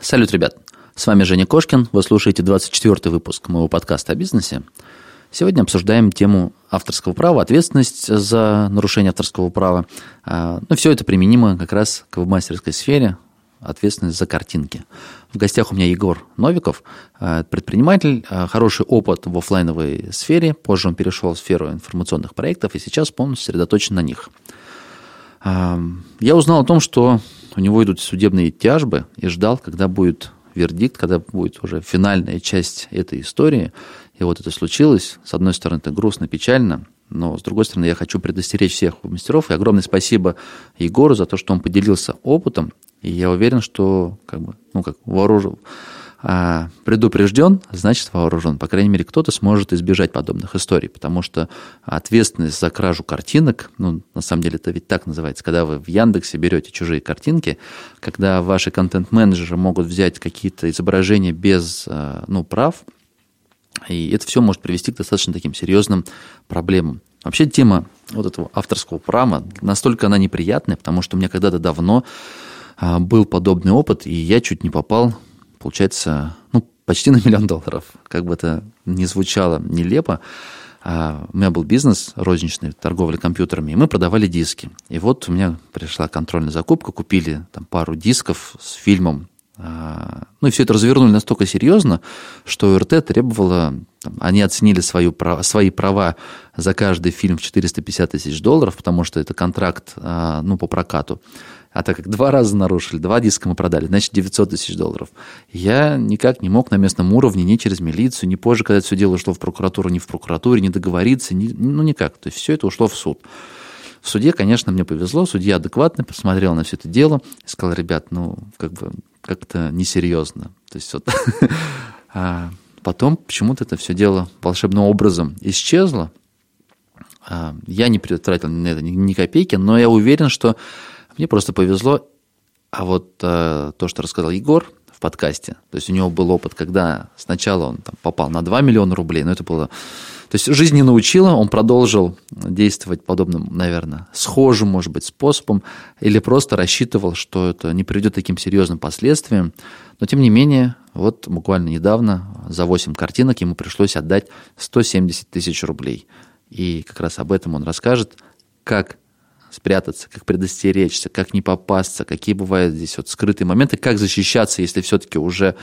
Салют, ребят! С вами Женя Кошкин, вы слушаете 24-й выпуск моего подкаста о бизнесе. Сегодня обсуждаем тему авторского права, ответственность за нарушение авторского права. Все это применимо как раз к веб-мастерской сфере, ответственность за картинки. В гостях у меня Егор Новиков, предприниматель, хороший опыт в офлайновой сфере, позже он перешел в сферу информационных проектов и сейчас полностью сосредоточен на них. Я узнал о том, что у него идут судебные тяжбы и ждал, когда будет вердикт, когда будет уже финальная часть этой истории. И вот это случилось. С одной стороны, это грустно, печально, но с другой стороны, я хочу предостеречь всех мастеров. И огромное спасибо Егору за то, что он поделился опытом. И я уверен, что предупрежден, значит вооружен. По крайней мере, кто-то сможет избежать подобных историй, потому что ответственность за кражу картинок, на самом деле это ведь так называется, когда вы в Яндексе берете чужие картинки, когда ваши контент-менеджеры могут взять какие-то изображения без прав, и это все может привести к достаточно таким серьезным проблемам. Вообще тема вот этого авторского права, настолько она неприятная, потому что у меня когда-то давно был подобный опыт, и я чуть не попал, получается, почти на $1 миллион. Как бы это ни звучало нелепо, у меня был бизнес розничный, торговля компьютерами, и мы продавали диски. И вот у меня пришла контрольная закупка, купили там пару дисков с фильмом. И все это развернули настолько серьезно, что ОРТ требовало, они оценили свои права за каждый фильм в $450 тысяч, потому что это контракт по прокату. А так как 2 раза нарушили, 2 диска мы продали, значит, $900 тысяч. Я никак не мог на местном уровне, ни через милицию, ни позже, когда это все дело ушло в прокуратуру, ни в прокуратуре, не договориться, никак. То есть все это ушло в суд. В суде, конечно, мне повезло, судья адекватно посмотрел на все это дело и сказал: ребят, как-то несерьезно. То есть вот потом почему-то это все дело волшебным образом исчезло. Я не потратил на это ни копейки, но я уверен, что мне просто повезло. А вот то, что рассказал Егор в подкасте, то есть у него был опыт, когда сначала он попал на 2 миллиона рублей, но это было... То есть жизнь не научила, он продолжил действовать подобным, наверное, схожим, может быть, способом, или просто рассчитывал, что это не приведет к таким серьезным последствиям. Но, тем не менее, вот буквально недавно за 8 картинок ему пришлось отдать 170 тысяч рублей. И как раз об этом он расскажет, как спрятаться, как предостеречься, как не попасться, какие бывают здесь вот скрытые моменты, как защищаться, если все-таки уже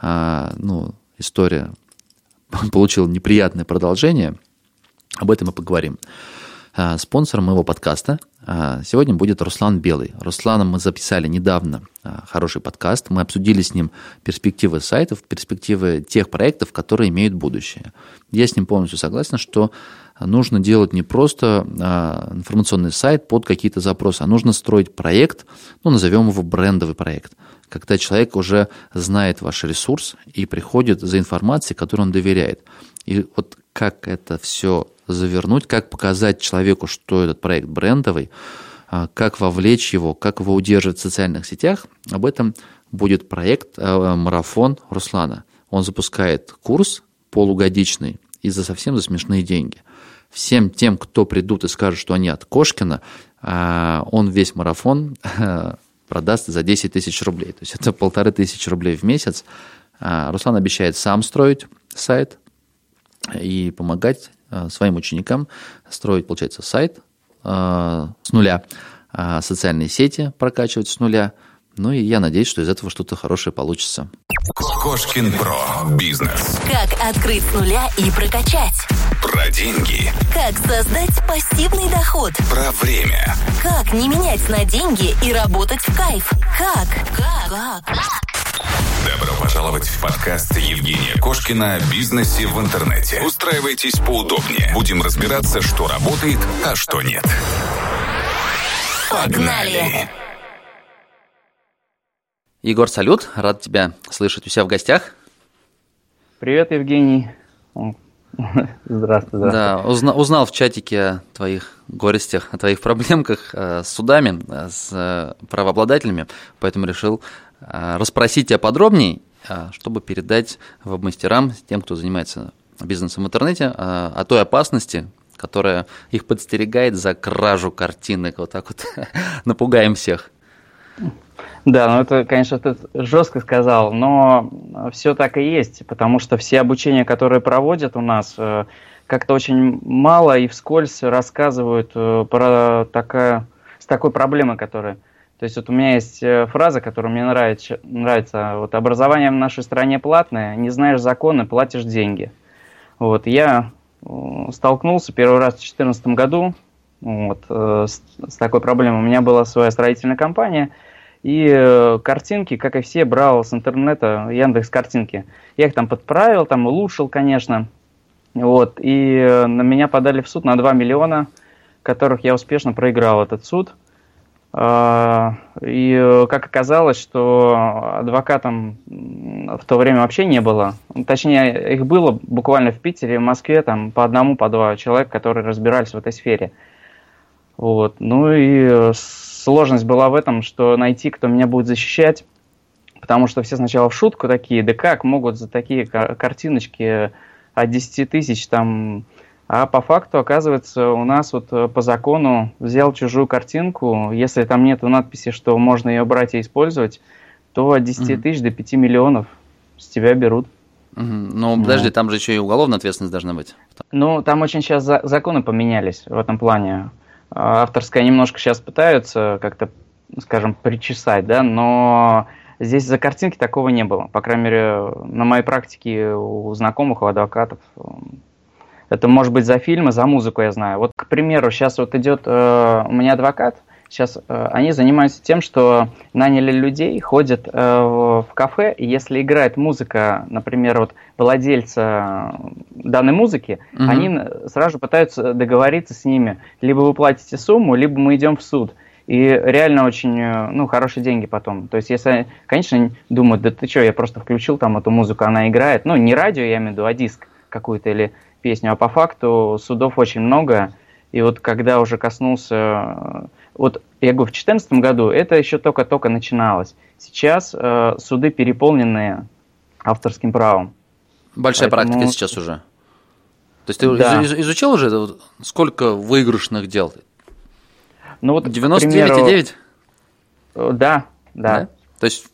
история получила неприятное продолжение. Об этом мы поговорим. Спонсором моего подкаста сегодня будет Руслан Белый. Русланом мы записали недавно хороший подкаст. Мы обсудили с ним перспективы сайтов, перспективы тех проектов, которые имеют будущее. Я с ним полностью согласен, что нужно делать не просто информационный сайт под какие-то запросы, а нужно строить проект, назовем его брендовый проект, когда человек уже знает ваш ресурс и приходит за информацией, которой он доверяет. И вот как это все завернуть, как показать человеку, что этот проект брендовый, как вовлечь его, как его удерживать в социальных сетях, об этом будет проект «Марафон» Руслана. Он запускает курс полугодичный и за совсем смешные деньги. Всем тем, кто придут и скажут, что они от Кошкина, он весь марафон продаст за 10 тысяч рублей. То есть это 1500 рублей в месяц. Руслан обещает сам строить сайт и помогать своим ученикам строить, получается, сайт с нуля, социальные сети прокачивать с нуля. И я надеюсь, что из этого что-то хорошее получится. Кошкин Про. Бизнес. Как открыть с нуля и прокачать. Про деньги. Как создать пассивный доход. Про время. Как не менять на деньги и работать в кайф. Как? Добро пожаловать в подкаст Евгения Кошкина о бизнесе в интернете. Устраивайтесь поудобнее. Будем разбираться, что работает, а что нет. Погнали! Егор, салют, рад тебя слышать у себя в гостях. Привет, Евгений. Здравствуй. Да, узнал в чатике о твоих горестях, о твоих проблемках с судами, с правообладателями, поэтому решил расспросить тебя подробней, чтобы передать веб-мастерам, тем, кто занимается бизнесом в интернете, о той опасности, которая их подстерегает за кражу картинок. Вот так вот напугаем всех. Да, ну это, конечно, ты жестко сказал, но все так и есть, потому что все обучения, которые проводят у нас, как-то очень мало и вскользь рассказывают с такой проблемой, которая... То есть вот у меня есть фраза, которая мне нравится. Вот образование в нашей стране платное, не знаешь законы, платишь деньги. Вот я столкнулся первый раз в 2014 году с такой проблемой. У меня была своя строительная компания, и картинки, как и все, брал с интернета, Яндекс.Картинки. Я их там подправил, там улучшил, конечно. Вот, и на меня подали в суд на 2 миллиона, которых я успешно проиграл этот суд. И как оказалось, что адвокатом в то время вообще не было. Точнее, их было буквально в Питере, в Москве, там по одному, по два человека, которые разбирались в этой сфере. Вот. Ну и сложность была в этом, что найти, кто меня будет защищать, потому что все сначала в шутку такие, да как могут за такие картиночки от 10 тысяч там... А по факту, оказывается, у нас вот по закону взял чужую картинку, если там нет надписи, что можно ее брать и использовать, то от 10 тысяч до 5 миллионов с тебя берут. Ну, подожди, там же еще и уголовная ответственность должна быть. Ну, там очень сейчас законы поменялись в этом плане. Авторское немножко сейчас пытаются как-то, скажем, причесать, да, но здесь за картинки такого не было. По крайней мере, на моей практике у знакомых, у адвокатов. Это может быть за фильмы, за музыку, я знаю. Вот, к примеру, сейчас вот идет у меня адвокат, сейчас они занимаются тем, что наняли людей, ходят в кафе, и если играет музыка, например, вот владельца данной музыки, они сразу же пытаются договориться с ними. Либо вы платите сумму, либо мы идем в суд. И реально очень, хорошие деньги потом. То есть, если, конечно, думают, да ты что, я просто включил там эту музыку, она играет. Ну, не радио, я имею в виду, а диск какой-то или песню, а по факту судов очень много, и вот когда уже коснулся, вот я говорю, в 2014 году это еще только-только начиналось. Сейчас суды переполнены авторским правом. Большая практика сейчас уже. То есть ты изучил уже, сколько выигрышных дел? Ну вот, 99,9? Да. То есть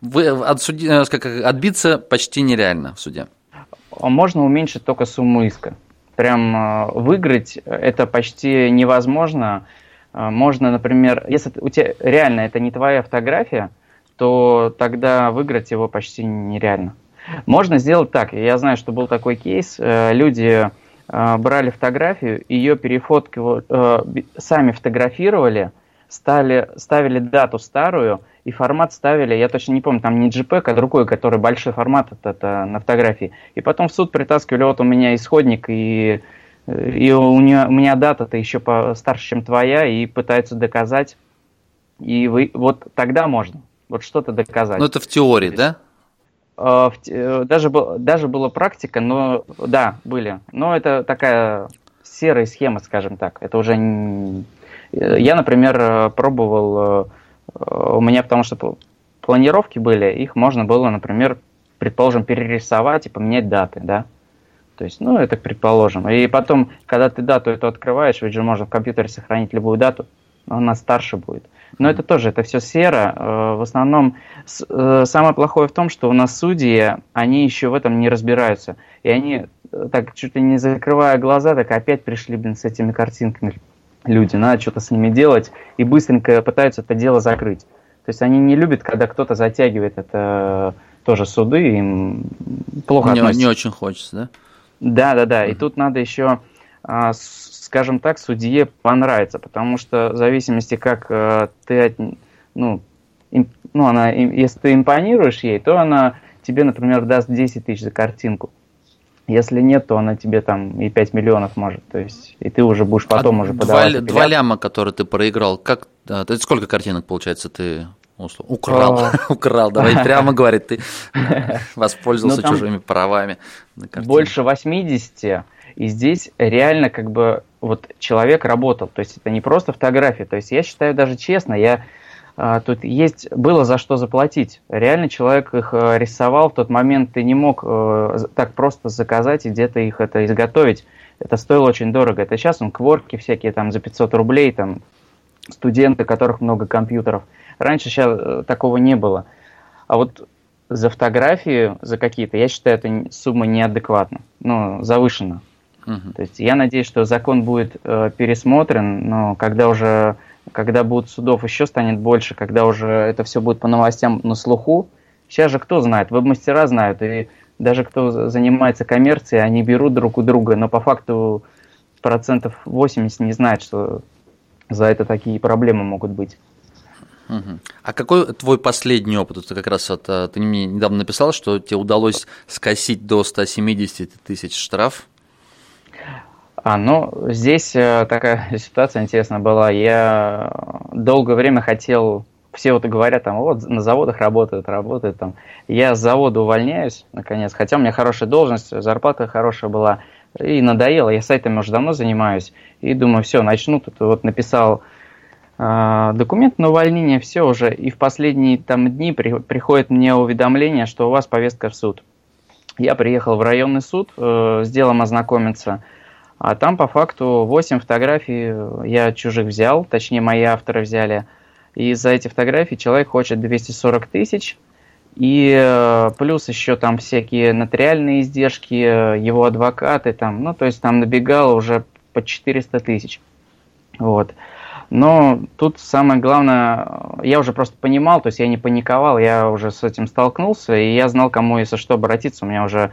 отбиться почти нереально в суде. Можно уменьшить только сумму иска. Прям выиграть это почти невозможно. Можно, например, если у тебя реально это не твоя фотография, то тогда выиграть его почти нереально. Можно сделать так. Я знаю, что был такой кейс. Люди брали фотографию, ее перефоткивали, сами фотографировали, ставили дату старую, и формат ставили, я точно не помню, там не JPEG, а другой, который большой формат это на фотографии. И потом в суд притаскивали, вот у меня исходник, и у меня дата-то еще старше, чем твоя, и пытаются доказать. И вот тогда можно вот что-то доказать. Ну это в теории, да? Даже была практика, но да, были. Но это такая серая схема, скажем так. Это уже... Я, например, пробовал... У меня, потому что планировки были, их можно было, например, предположим, перерисовать и поменять даты, да. То есть, это предположим. И потом, когда ты дату эту открываешь, ведь же можно в компьютере сохранить любую дату, она старше будет. Но это тоже, это все сера. В основном, самое плохое в том, что у нас судьи, они еще в этом не разбираются. И они, так чуть ли не закрывая глаза, так опять пришли, с этими картинками. Люди, надо что-то с ними делать, и быстренько пытаются это дело закрыть. То есть они не любят, когда кто-то затягивает это тоже суды, им плохо относятся. Не очень хочется, да? Да. И тут надо еще, скажем так, судье понравиться, потому что в зависимости, как ты, если ты импонируешь ей, то она тебе, например, даст 10 тысяч за картинку. Если нет, то она тебе там и 5 миллионов может. То есть, и ты уже будешь потом уже подавать. 2 ляма, которые ты проиграл, сколько картинок, получается, ты украл? Украл, давай прямо говорить, ты воспользовался чужими правами на картинку. Больше 80, и здесь реально вот человек работал. То есть, это не просто фотография. То есть, я считаю даже честно, тут было за что заплатить. Реально человек их рисовал, в тот момент ты не мог так просто заказать и где-то их это изготовить. Это стоило очень дорого. Это сейчас кворки всякие там за 500 рублей, там студенты, у которых много компьютеров. раньше сейчас такого не было. А вот за фотографии, за какие-то, я считаю, эта сумма неадекватна, завышена. То есть я надеюсь, что закон будет пересмотрен, но когда будет судов еще станет больше, когда уже это все будет по новостям на слуху. Сейчас же кто знает, веб-мастера знают, и даже кто занимается коммерцией, они берут друг у друга, но по факту 80% не знает, что за это такие проблемы могут быть. А какой твой последний опыт? Это как раз ты мне недавно написал, что тебе удалось скосить до 170 тысяч штраф. Здесь такая ситуация интересная была. Я долгое время хотел, все вот говорят, на заводах работают. Там. Я с завода увольняюсь, наконец, хотя у меня хорошая должность, зарплата хорошая была, и надоело. Я сайтами уже давно занимаюсь, и думаю, все, начну. Тут вот написал документ на увольнение, все уже, и в последние дни приходит мне уведомление, что у вас повестка в суд. Я приехал в районный суд с делом ознакомиться, а там по факту 8 фотографий я чужих взял, точнее мои авторы взяли, и за эти фотографии человек хочет 240 тысяч, и плюс еще там всякие нотариальные издержки, его адвокаты, то есть там набегало уже по 400 тысяч. Вот. Но тут самое главное, я уже просто понимал, то есть я не паниковал, я уже с этим столкнулся, и я знал, кому, если что, обратиться, у меня уже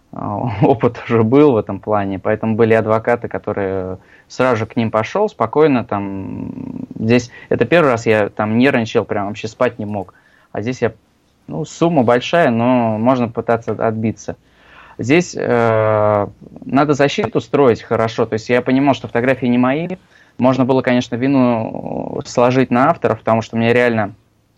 опыт уже был в этом плане, поэтому были адвокаты, которые сразу же к ним пошел, спокойно, здесь, это первый раз я нервничал, прям вообще спать не мог, а здесь сумма большая, но можно пытаться отбиться. Здесь надо защиту строить хорошо, то есть я понимал, что фотографии не мои. Можно было, конечно, вину сложить на авторов, потому что у меня реально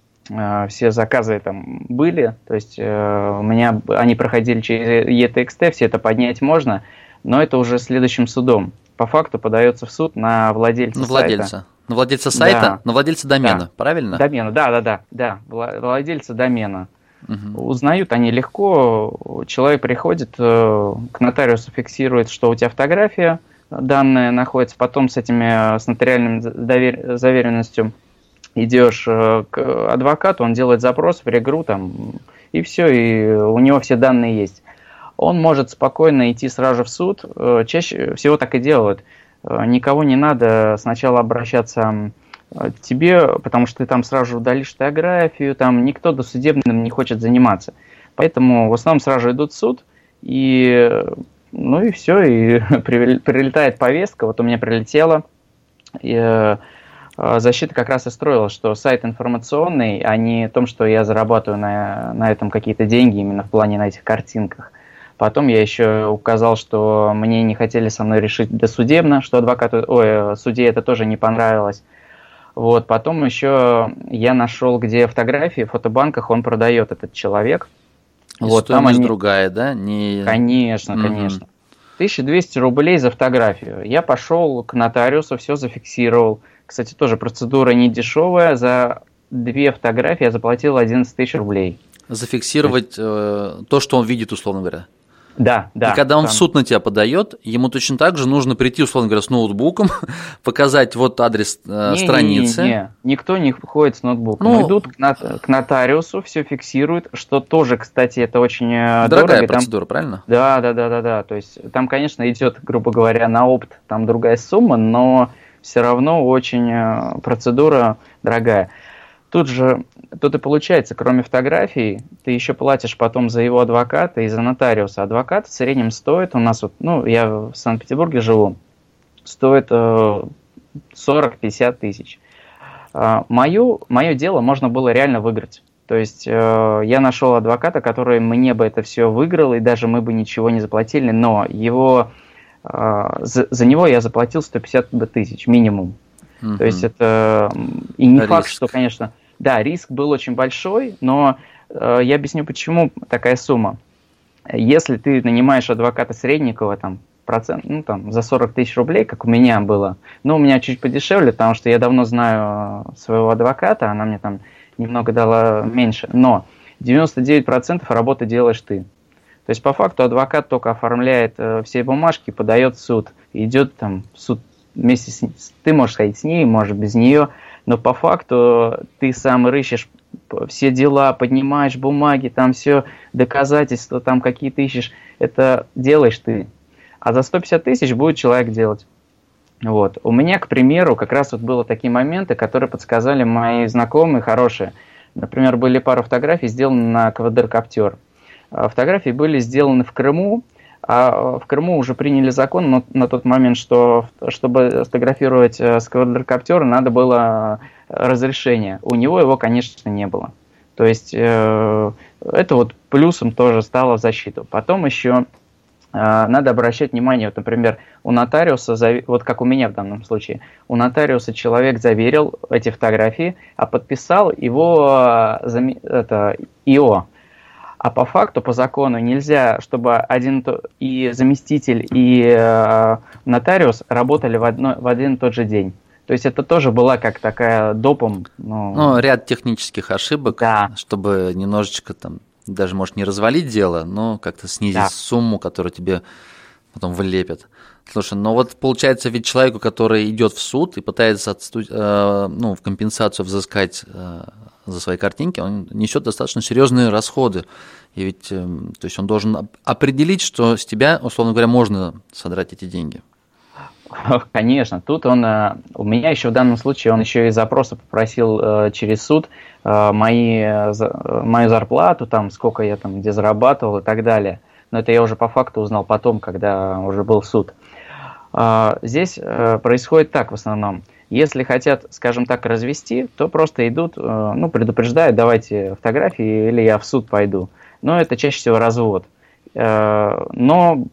все заказы были, то есть у меня они проходили через ETXT, все это поднять можно, но это уже следующим судом. По факту подается в суд на владельца сайта. На владельца сайта, да. На владельца домена, да. Правильно? Домена, да, владельца домена. Угу. Узнают они легко, человек приходит к нотариусу, фиксирует, что у тебя фотография, данные находятся, потом с нотариальной заверенностью идешь к адвокату, он делает запрос в регру, и все, и у него все данные есть. Он может спокойно идти сразу же в суд, чаще всего так и делают. Никого не надо сначала обращаться к тебе, потому что ты сразу же удалишь фотографию, никто досудебным не хочет заниматься. Поэтому в основном сразу же идут в суд, и все, и прилетает повестка, вот у меня прилетела, и защита как раз и строила, что сайт информационный, а не о том, что я зарабатываю на этом какие-то деньги, именно в плане на этих картинках. Потом я еще указал, что мне не хотели со мной решить досудебно, что судье это тоже не понравилось. Вот, потом еще я нашел, где фотографии в фотобанках он продает, этот человек. И вот, стоимость другая, да? Конечно. 1200 рублей за фотографию. Я пошел к нотариусу, все зафиксировал. Кстати, тоже процедура не дешевая. За 2 фотографии я заплатил 11 тысяч рублей. Зафиксировать то, что он видит, условно говоря. Да. И когда он в суд на тебя подает, ему точно так же нужно прийти, условно говоря, с ноутбуком, показать вот адрес страницы. Не, никто не ходит с ноутбуком. Идут к нотариусу, все фиксируют, что тоже, кстати, это очень дорогая дорого. Процедура, правильно? Да. То есть там, конечно, идет, грубо говоря, на опт, там другая сумма, но все равно очень процедура дорогая. Тут и получается, кроме фотографий, ты еще платишь потом за его адвоката и за нотариуса. Адвокат в среднем стоит, у нас я в Санкт-Петербурге живу, стоит 40-50 тысяч. Мое дело можно было реально выиграть. То есть я нашел адвоката, который мне бы это все выиграл, и даже мы бы ничего не заплатили, но за него я заплатил 150 тысяч минимум. Угу. То есть это и не факт, что, конечно... Да, риск был очень большой, но я объясню, почему такая сумма. Если ты нанимаешь адвоката среднего, за 40 тысяч рублей, как у меня было, у меня чуть подешевле, потому что я давно знаю своего адвоката, она мне немного дала меньше, но 99% работы делаешь ты. То есть, по факту, адвокат только оформляет все бумажки, подает в суд, идет в суд вместе с ней. Ты можешь ходить с ней, можешь без нее. но по факту ты сам рыщешь все дела, поднимаешь бумаги, там все доказательства, там какие-то ищешь, это делаешь ты. А за 150 тысяч будет человек делать. Вот. У меня, к примеру, как раз вот было такие моменты, которые подсказали мои знакомые хорошие. Например, были пара фотографий, сделаны на квадрокоптер. Фотографии были сделаны в Крыму, а в Крыму уже приняли закон на тот момент, что чтобы сфотографировать с квадрокоптера, надо было разрешение. У него его, конечно, не было. То есть это вот плюсом тоже стало в защиту. Потом еще надо обращать внимание, вот, например, у нотариуса, вот как у меня в данном случае, у нотариуса человек заверил эти фотографии, а подписал его ИО. А по факту, по закону, нельзя, чтобы один и заместитель, и нотариус работали в один и тот же день. То есть это тоже была как такая допом. Ну, ряд технических ошибок, да, чтобы немножечко там, даже, может, не развалить дело, но как-то снизить сумму, которую тебе потом влепят. Слушай, ну вот получается, ведь человеку, который идет в суд и пытается в компенсацию взыскать за свои картинки, он несет достаточно серьезные расходы. И ведь, то есть он должен определить, что с тебя, условно говоря, можно содрать эти деньги. Конечно, тут у меня еще в данном случае, он еще и запросы попросил через суд мою зарплату, там, сколько я там где зарабатывал и так далее. Но это я уже по факту узнал потом, когда уже был суд. Здесь происходит так в основном. Если хотят, скажем так, развести, то просто идут, предупреждают, давайте фотографии или я в суд пойду. Но это чаще всего развод. Но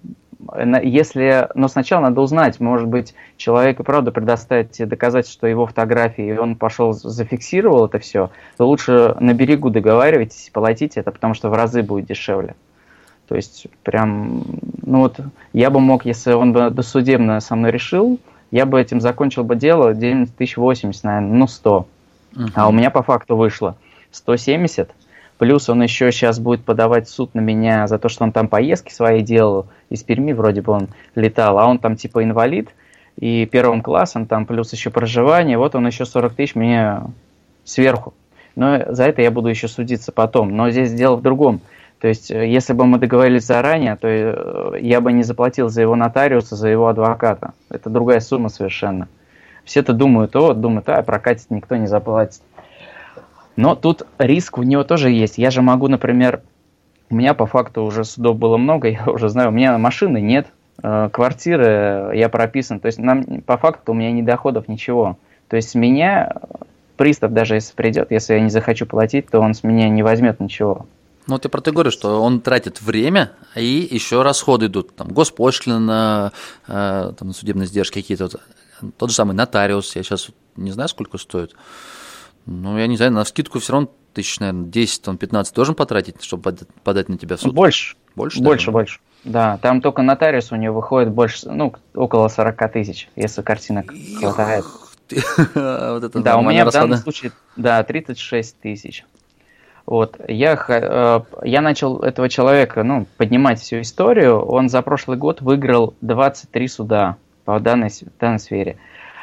сначала надо узнать, может быть, человек и правда предоставит тебе доказательства, что его фотографии, и он пошел, зафиксировал это все, то лучше на берегу договаривайтесь, платите это, потому что в разы будет дешевле. То есть, прям, я бы мог, если он бы досудебно со мной решил, я бы этим закончил бы дело 9080, наверное, 100. А у меня по факту вышло 170. Плюс он еще сейчас будет подавать в суд на меня за то, что он там поездки свои делал. Из Перми вроде бы он летал, а он там типа инвалид. И первым классом там плюс еще проживание. Вот он еще 40 тысяч мне сверху. Но за это я буду еще судиться потом. Но здесь дело в другом. То есть, если бы мы договорились заранее, то я бы не заплатил за его нотариуса, за его адвоката. Это другая сумма совершенно. Все-то думают, прокатит никто не заплатит. Но тут риск у него тоже есть. Я же могу, например, у меня по факту уже судов было много, я уже знаю, у меня машины нет, квартиры я прописан. То есть по факту у меня ни доходов, ничего. То есть с меня пристав, даже если придет, если я не захочу платить, то он с меня не возьмет ничего. Ну, вот я про это говорю, что он тратит время, и еще расходы идут. Там госпошлина, там, судебные издержки какие-то. Тот же самый нотариус, я сейчас не знаю, сколько стоит. Ну, я не знаю, на скидку все равно тысяч, наверное, 10, 15 должен потратить, чтобы подать на тебя в суд? Больше. Больше. Да, там только нотариус у него выходит больше, около 40 тысяч, если картинок хватает. Да, у меня в данном случае, 36 тысяч. Вот, я начал этого человека, поднимать всю историю. Он за прошлый год выиграл 23 суда по данной сфере.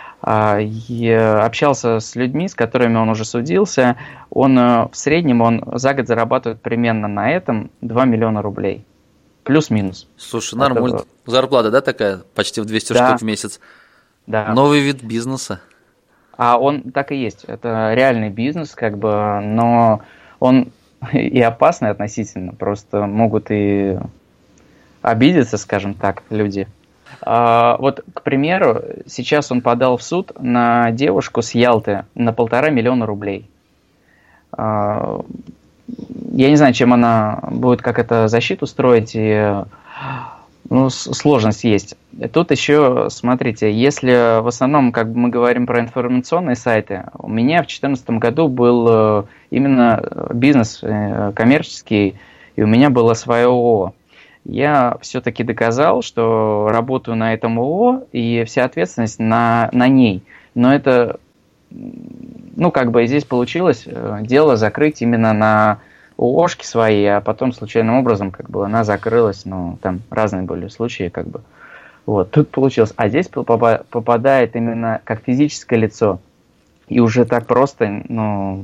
Я общался с людьми, с которыми он уже судился. В среднем за год зарабатывает примерно на этом 2 миллиона рублей. Плюс-минус. Слушай, нормально. Зарплата, да, такая? Почти в 200 штук в месяц. Да. Новый вид бизнеса. А он так и есть. Это реальный бизнес, но он и опасный относительно. Просто могут и обидеться, скажем так, люди. Вот, к примеру, сейчас он подал в суд на девушку с Ялты на 1,5 миллиона рублей. Я не знаю, чем она будет, как это защиту строить, сложность есть. Тут еще, смотрите, если в основном, мы говорим про информационные сайты, у меня в 2014 году был именно бизнес коммерческий, и у меня было свое ООО. Я все-таки доказал, что работаю на этом ООО, и вся ответственность на ней. Но это, здесь получилось дело закрыть именно на ООшки свои, а потом случайным образом, она закрылась, там разные были случаи, Вот, тут получилось. А здесь попадает именно как физическое лицо. и уже так просто, ну,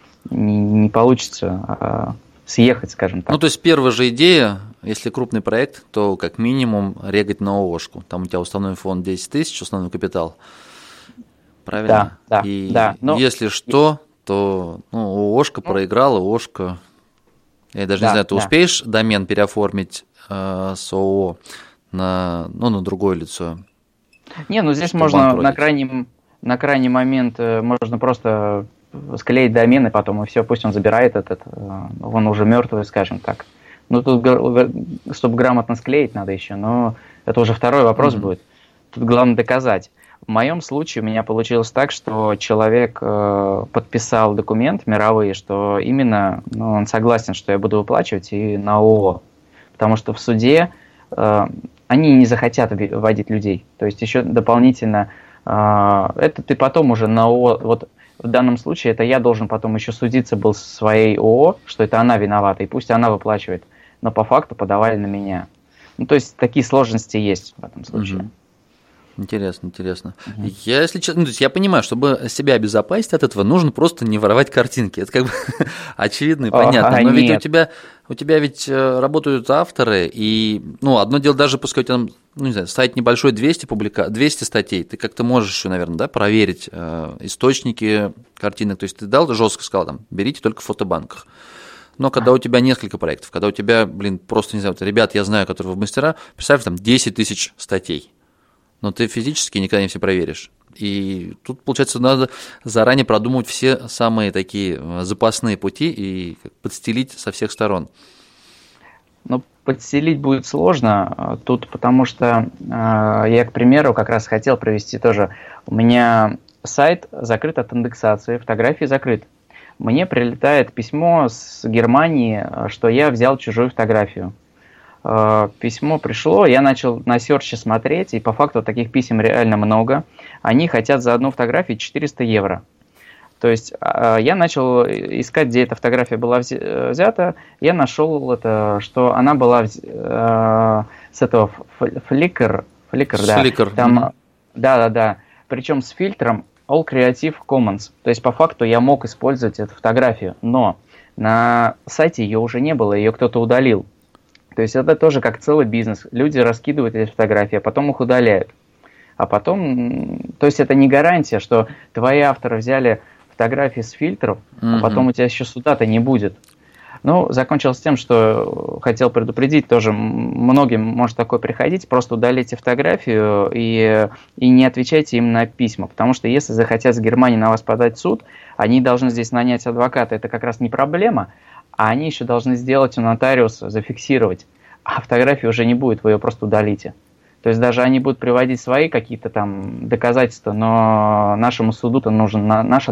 не получится съехать, скажем так. Ну, то есть первая же идея, если крупный проект, то как минимум регать на ООшку. Там у тебя уставной фонд 10 тысяч, основной капитал. Правильно? Да, и да. Но... если что, то ООшка проиграла, ООшка... Я даже не знаю, ты успеешь домен переоформить с ООО на другое лицо? Не, ну здесь можно на крайний момент можно просто склеить домен, и потом и все, пусть он забирает он уже мертвый, скажем так. Ну тут, чтобы грамотно склеить, надо еще, но это уже второй вопрос будет. Тут главное доказать. В моем случае у меня получилось так, что человек подписал документ мировой, что именно он согласен, что я буду выплачивать и на ООО. Потому что в суде они не захотят вводить людей. То есть еще дополнительно это ты потом уже на ООО, вот в данном случае это я должен потом еще судиться был со своей ООО, что это она виновата, и пусть она выплачивает. Но по факту подавали на меня. Ну, то есть такие сложности есть в этом случае. Интересно. Я, если честно, я понимаю, чтобы себя обезопасить от этого, нужно просто не воровать картинки. Это как бы очевидно и понятно. Но ведь у тебя ведь работают авторы, и одно дело, даже пускай у тебя, не знаю, сайт небольшой, 200 статей, ты как-то можешь еще, наверное, да, проверить источники картинок. То есть ты жестко сказал, там, берите только в фотобанках. Но когда у тебя несколько проектов, когда у тебя, просто, не знаю, ребят, я знаю, которые в мастера, представь, там 10 тысяч статей. Но ты физически никогда не все проверишь. И тут, получается, надо заранее продумывать все самые такие запасные пути и подстелить со всех сторон. Ну, подстелить будет сложно тут, потому что я, к примеру, как раз хотел провести тоже. У меня сайт закрыт от индексации, фотографии закрыт. Мне прилетает письмо с Германии, что я взял чужую фотографию. Письмо пришло, я начал на серче смотреть, и по факту таких писем реально много. Они хотят за одну фотографию 400 евро. То есть я начал искать, где эта фотография была взята. Я нашел это, что она была с этого Flickr, да. Да. Причем с фильтром All Creative Commons. То есть по факту я мог использовать эту фотографию, но на сайте ее уже не было, ее кто-то удалил. То есть это тоже как целый бизнес. Люди раскидывают эти фотографии, а потом их удаляют. А потом, то есть это не гарантия, что твои авторы взяли фотографии с фильтров, а потом у тебя еще суда-то не будет. Ну, закончилось тем, что хотел предупредить, тоже многим может такое приходить, просто удалите фотографию и не отвечайте им на письма, потому что если захотят с Германии на вас подать в суд, они должны здесь нанять адвоката, это как раз не проблема, а они еще должны сделать у нотариуса, зафиксировать, а фотографии уже не будет, вы ее просто удалите. То есть даже они будут приводить свои какие-то там доказательства, но нашему суду-то нужен наш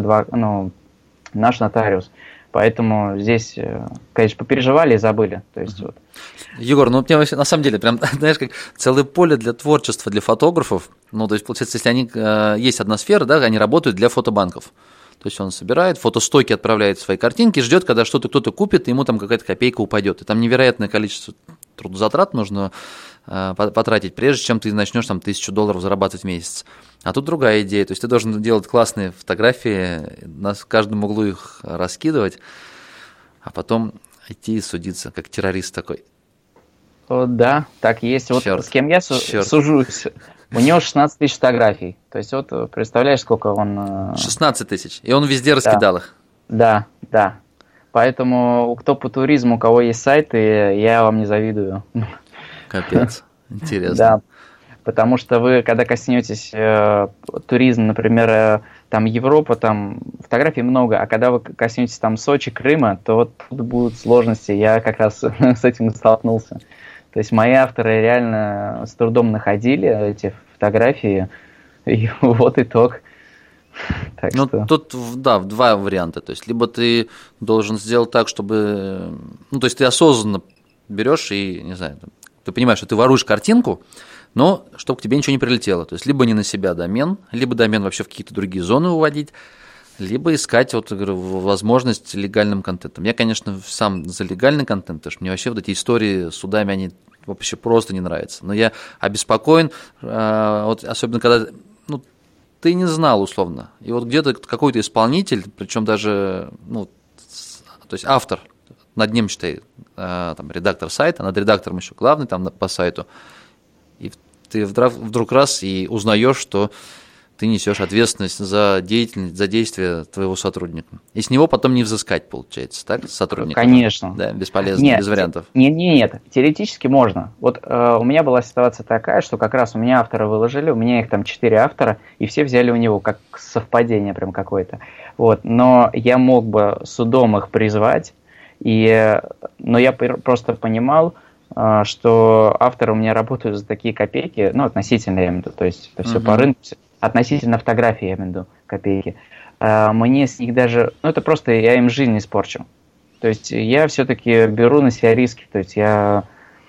нотариус. Поэтому здесь, конечно, попереживали и забыли. То есть, вот. Егор, ну мне на самом деле прям, знаешь, как целое поле для творчества, для фотографов. Ну, то есть, получается, если они есть одна сфера, да, они работают для фотобанков. То есть он собирает, фотостоки отправляет свои картинки, ждет, когда что-то кто-то купит, и ему там какая-то копейка упадет. И там невероятное количество трудозатрат нужно потратить, прежде чем ты начнешь там $1000 зарабатывать в месяц. А тут другая идея. То есть ты должен делать классные фотографии, на каждом углу их раскидывать, а потом идти и судиться, как террорист такой. Да, так есть. Вот с кем я сужусь. У него 16 тысяч фотографий. То есть вот представляешь, сколько он... 16 тысяч. И он везде раскидал их. Да. Поэтому кто по туризму, у кого есть сайты, я вам не завидую. Капец. Интересно. Да. Потому что вы, когда коснетесь туризма, например, там Европа, там фотографий много, а когда вы коснетесь там Сочи, Крыма, то вот тут будут сложности. Я как раз с этим столкнулся. То есть мои авторы реально с трудом находили эти фотографии, и вот итог. Так ну, что... тут, да, два варианта. То есть, либо ты должен сделать так, чтобы... Ну, то есть, ты осознанно берешь и, не знаю, ты понимаешь, что ты воруешь картинку, но чтобы к тебе ничего не прилетело. То есть, либо не на себя домен, либо домен вообще в какие-то другие зоны уводить, либо искать вот, говорю, возможность легальным контентом. Я, конечно, сам за легальный контент, потому что мне вообще вот эти истории с судами, они вообще просто не нравятся. Но я обеспокоен, вот, особенно когда ты не знал условно. И вот где-то какой-то исполнитель, причем даже, то есть автор, над ним, считай, там, редактор сайта, над редактором еще главный там по сайту, и ты вдруг раз и узнаешь, что ты несешь ответственность за деятельность, за действия твоего сотрудника. И с него потом не взыскать, получается, так, сотрудника? Конечно. Да, бесполезно, без вариантов. Нет, теоретически можно. Вот у меня была ситуация такая, что как раз у меня авторы выложили, у меня их там 4 автора, и все взяли у него, как совпадение прям какое-то. Вот. Но я мог бы судом их призвать, но я просто понимал, что авторы у меня работают за такие копейки, относительно, я имею в виду, то есть это все по рынку, относительно фотографии, я имею в виду, копейки. Мне с них даже, это просто я им жизнь испорчу. То есть я все-таки беру на себя риски, то есть я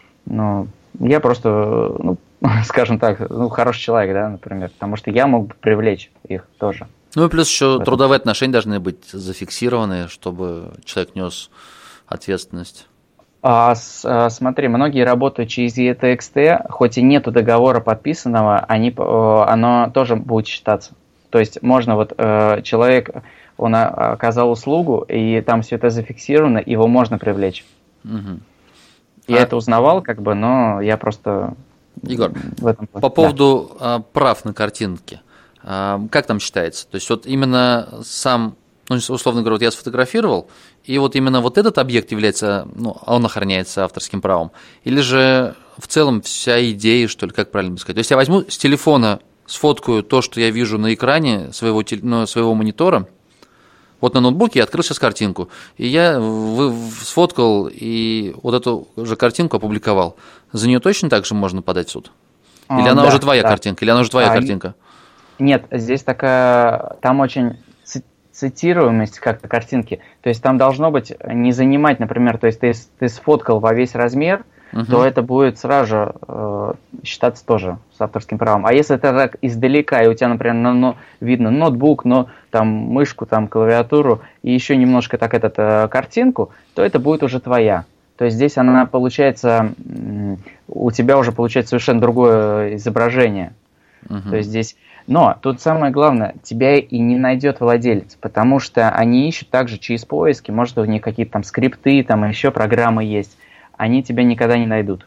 просто, скажем так, хороший человек, да, например, потому что я мог бы привлечь их тоже. И плюс еще трудовые отношения должны быть зафиксированы, чтобы человек нес ответственность. Смотри, многие работают через ETXT, хоть и нету договора подписанного, оно тоже будет считаться. То есть можно человек, он оказал услугу, и там все это зафиксировано, его можно привлечь. Угу. Я это узнавал, но я просто... Егор, по поводу прав на картинке, как там считается? То есть вот именно сам... условно говоря, я сфотографировал, и вот именно вот этот объект является, он охраняется авторским правом, или же в целом вся идея, что ли, как правильно сказать? То есть я возьму с телефона, сфоткаю то, что я вижу на экране своего монитора, вот на ноутбуке я открыл сейчас картинку, и я сфоткал и вот эту же картинку опубликовал. За нее точно так же можно подать в суд? Или она уже твоя картинка? Или она уже твоя картинка? Нет, здесь там очень... цитируемость как-то картинки. То есть там должно быть не занимать, например, то есть ты сфоткал во весь размер, то это будет сразу же считаться тоже с авторским правом. А если это так издалека, и у тебя, например, видно ноутбук, там мышку, там клавиатуру, и еще немножко так картинку, то это будет уже твоя. То есть здесь она получается, у тебя уже получается совершенно другое изображение. То есть здесь... Но тут самое главное, тебя и не найдет владелец, потому что они ищут также через поиски, может, у них какие-то там скрипты, там еще программы есть, они тебя никогда не найдут.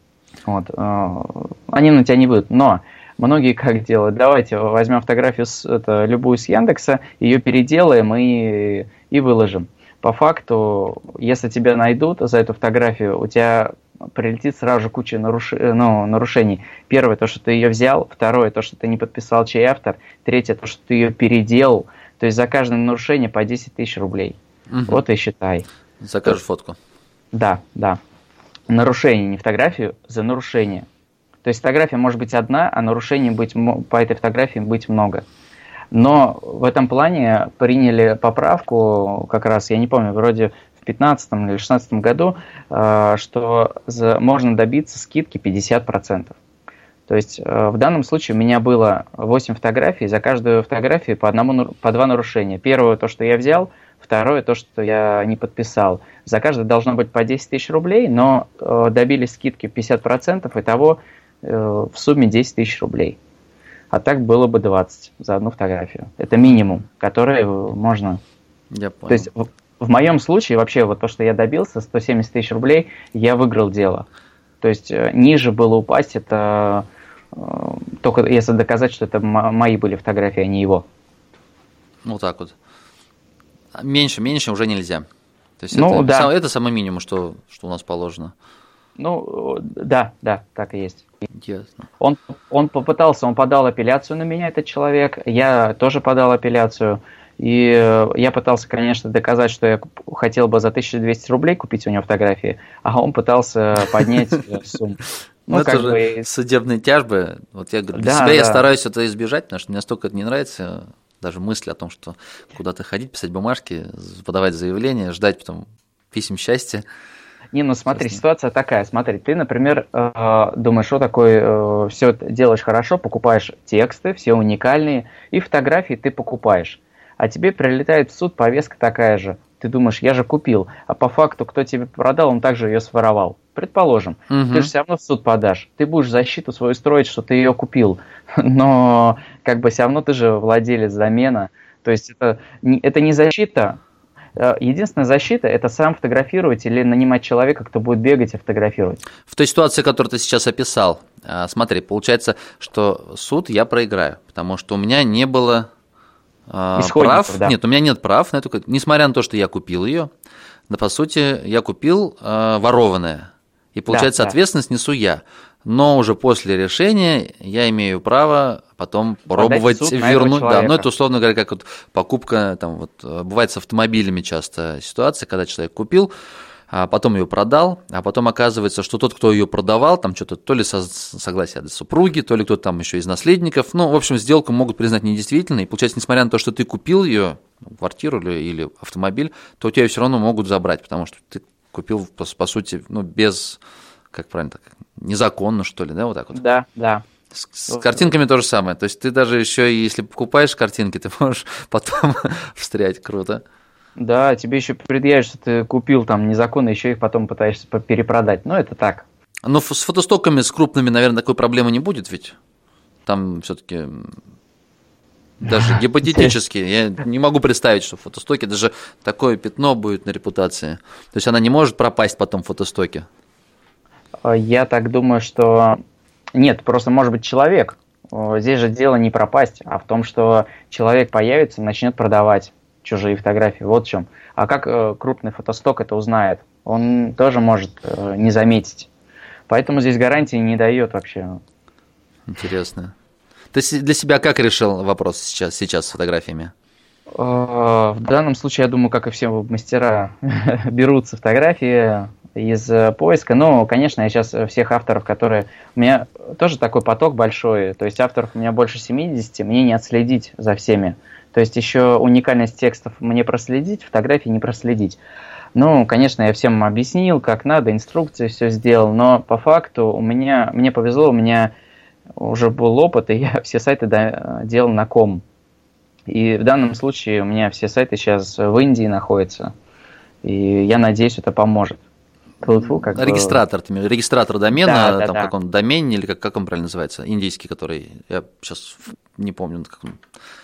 Они на тебя не выйдут. Но многие как делают? Давайте возьмем фотографию любую с Яндекса, ее переделаем и выложим. По факту, если тебя найдут за эту фотографию, у тебя прилетит сразу же куча нарушений. Первое, то, что ты ее взял. Второе, то, что ты не подписал, чей автор. Третье, то, что ты ее переделал. То есть за каждое нарушение по 10 тысяч рублей. Вот и считай. За каждую фотку. Да. Нарушение, не фотографию, за нарушение. То есть фотография может быть одна, а нарушений по этой фотографии быть много. Но в этом плане приняли поправку, как раз, я не помню, вроде в 2015 или 2016 году, что можно добиться скидки 50%. То есть в данном случае у меня было 8 фотографий, за каждую фотографию по 2 нарушения. Первое, то, что я взял, второе, то, что я не подписал. За каждое должно быть по 10 тысяч рублей, но добились скидки 50%, итого в сумме 10 тысяч рублей. А так было бы 20 за одну фотографию. Это минимум, который можно... Я понял. То есть в моем случае вообще вот то, что я добился, 170 тысяч рублей, я выиграл дело. То есть ниже было упасть, это только если доказать, что это мои были фотографии, а не его. Вот так вот. Меньше уже нельзя. То есть это самый минимум, что у нас положено. Да, так и есть. Ясно. Он подал апелляцию на меня, этот человек, я тоже подал апелляцию, и я пытался, конечно, доказать, что я хотел бы за 1200 рублей купить у него фотографии, а он пытался поднять сумму. Это же судебные тяжбы. Вот я говорю, для себя я стараюсь это избежать, потому что мне настолько это не нравится, даже мысль о том, что куда-то ходить, писать бумажки, подавать заявления, ждать потом писем счастья. Смотри, ситуация такая. Смотри, ты, например, думаешь, что такое, все делаешь хорошо, покупаешь тексты, все уникальные, и фотографии ты покупаешь. А тебе прилетает в суд повестка такая же. Ты думаешь, я же купил, а по факту, кто тебе продал, он также ее своровал. Предположим, ты же все равно в суд подашь, ты будешь защиту свою строить, что ты ее купил, но как бы все равно ты же владелец домена, то есть это не защита. Единственная защита – это сам фотографировать или нанимать человека, кто будет бегать и фотографировать. В той ситуации, которую ты сейчас описал, смотри, получается, что суд я проиграю, потому что у меня не было прав. Да. Нет, у меня нет прав на эту, несмотря на то, что я купил ее, но по сути я купил ворованное. И получается, ответственность несу я. Но уже после решения я имею право потом пробовать вернуть. Да, но это, условно говоря, как вот покупка, там, вот, бывает с автомобилями часто ситуация, когда человек купил, а потом ее продал, а потом оказывается, что тот, кто ее продавал, там что-то то ли согласие от супруги, то ли кто-то там еще из наследников, ну, в общем, сделку могут признать недействительной. И получается, несмотря на то, что ты купил ее, квартиру или автомобиль, то у тебя ее все равно могут забрать, потому что ты купил, по сути, ну, без, как правильно так, незаконно, что ли, да, вот так вот? Да, да. С картинками то же самое. То есть ты даже еще, если покупаешь картинки, ты можешь потом встрять. Круто. Да, тебе еще предъявят, что ты купил там незаконно, еще их потом пытаешься перепродать. Но это так. Но с фотостоками, с крупными, наверное, такой проблемы не будет, ведь там все-таки даже гипотетически я не могу представить, что в фотостоке даже такое пятно будет на репутации. То есть она не может пропасть потом в фотостоке. Я так думаю, что нет, просто может быть человек. Здесь же дело не пропасть, а в том, что человек появится и начнет продавать чужие фотографии. Вот в чем. А как крупный фотосток это узнает? Он тоже может не заметить. Поэтому здесь гарантии не дает вообще. Интересно. Ты для себя как решил вопрос сейчас с фотографиями? В данном случае, я думаю, как и все мастера, берутся фотографии из поиска. Ну, конечно, я сейчас всех авторов, которые... У меня тоже такой поток большой, то есть авторов у меня больше 70, мне не отследить за всеми. То есть еще уникальность текстов мне проследить, фотографии не проследить. Ну, конечно, я всем объяснил, как надо, инструкции все сделал, но по факту мне повезло, у меня уже был опыт, и я все сайты делал на ком. И в данном случае у меня все сайты сейчас в Индии находятся, и я надеюсь, это поможет. Регистратор домена, там, как он, домен, или как он правильно называется, индийский, который, я сейчас не помню, как он.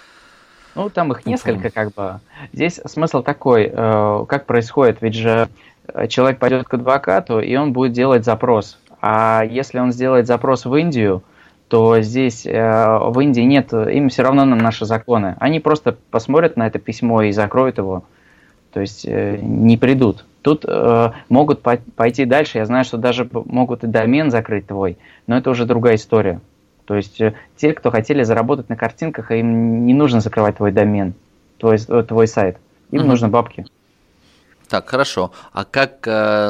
Ну, там их несколько, как бы. Здесь смысл такой, как происходит, ведь же человек пойдет к адвокату, и он будет делать запрос. А если он сделает запрос в Индию, то здесь в Индии нет, им все равно на наши законы. Они просто посмотрят на это письмо и закроют его, то есть не придут. Тут могут пойти дальше, я знаю, что даже могут и домен закрыть твой, но это уже другая история. То есть те, кто хотели заработать на картинках, им не нужно закрывать твой домен, твой сайт. Им нужны бабки. Так, хорошо. А как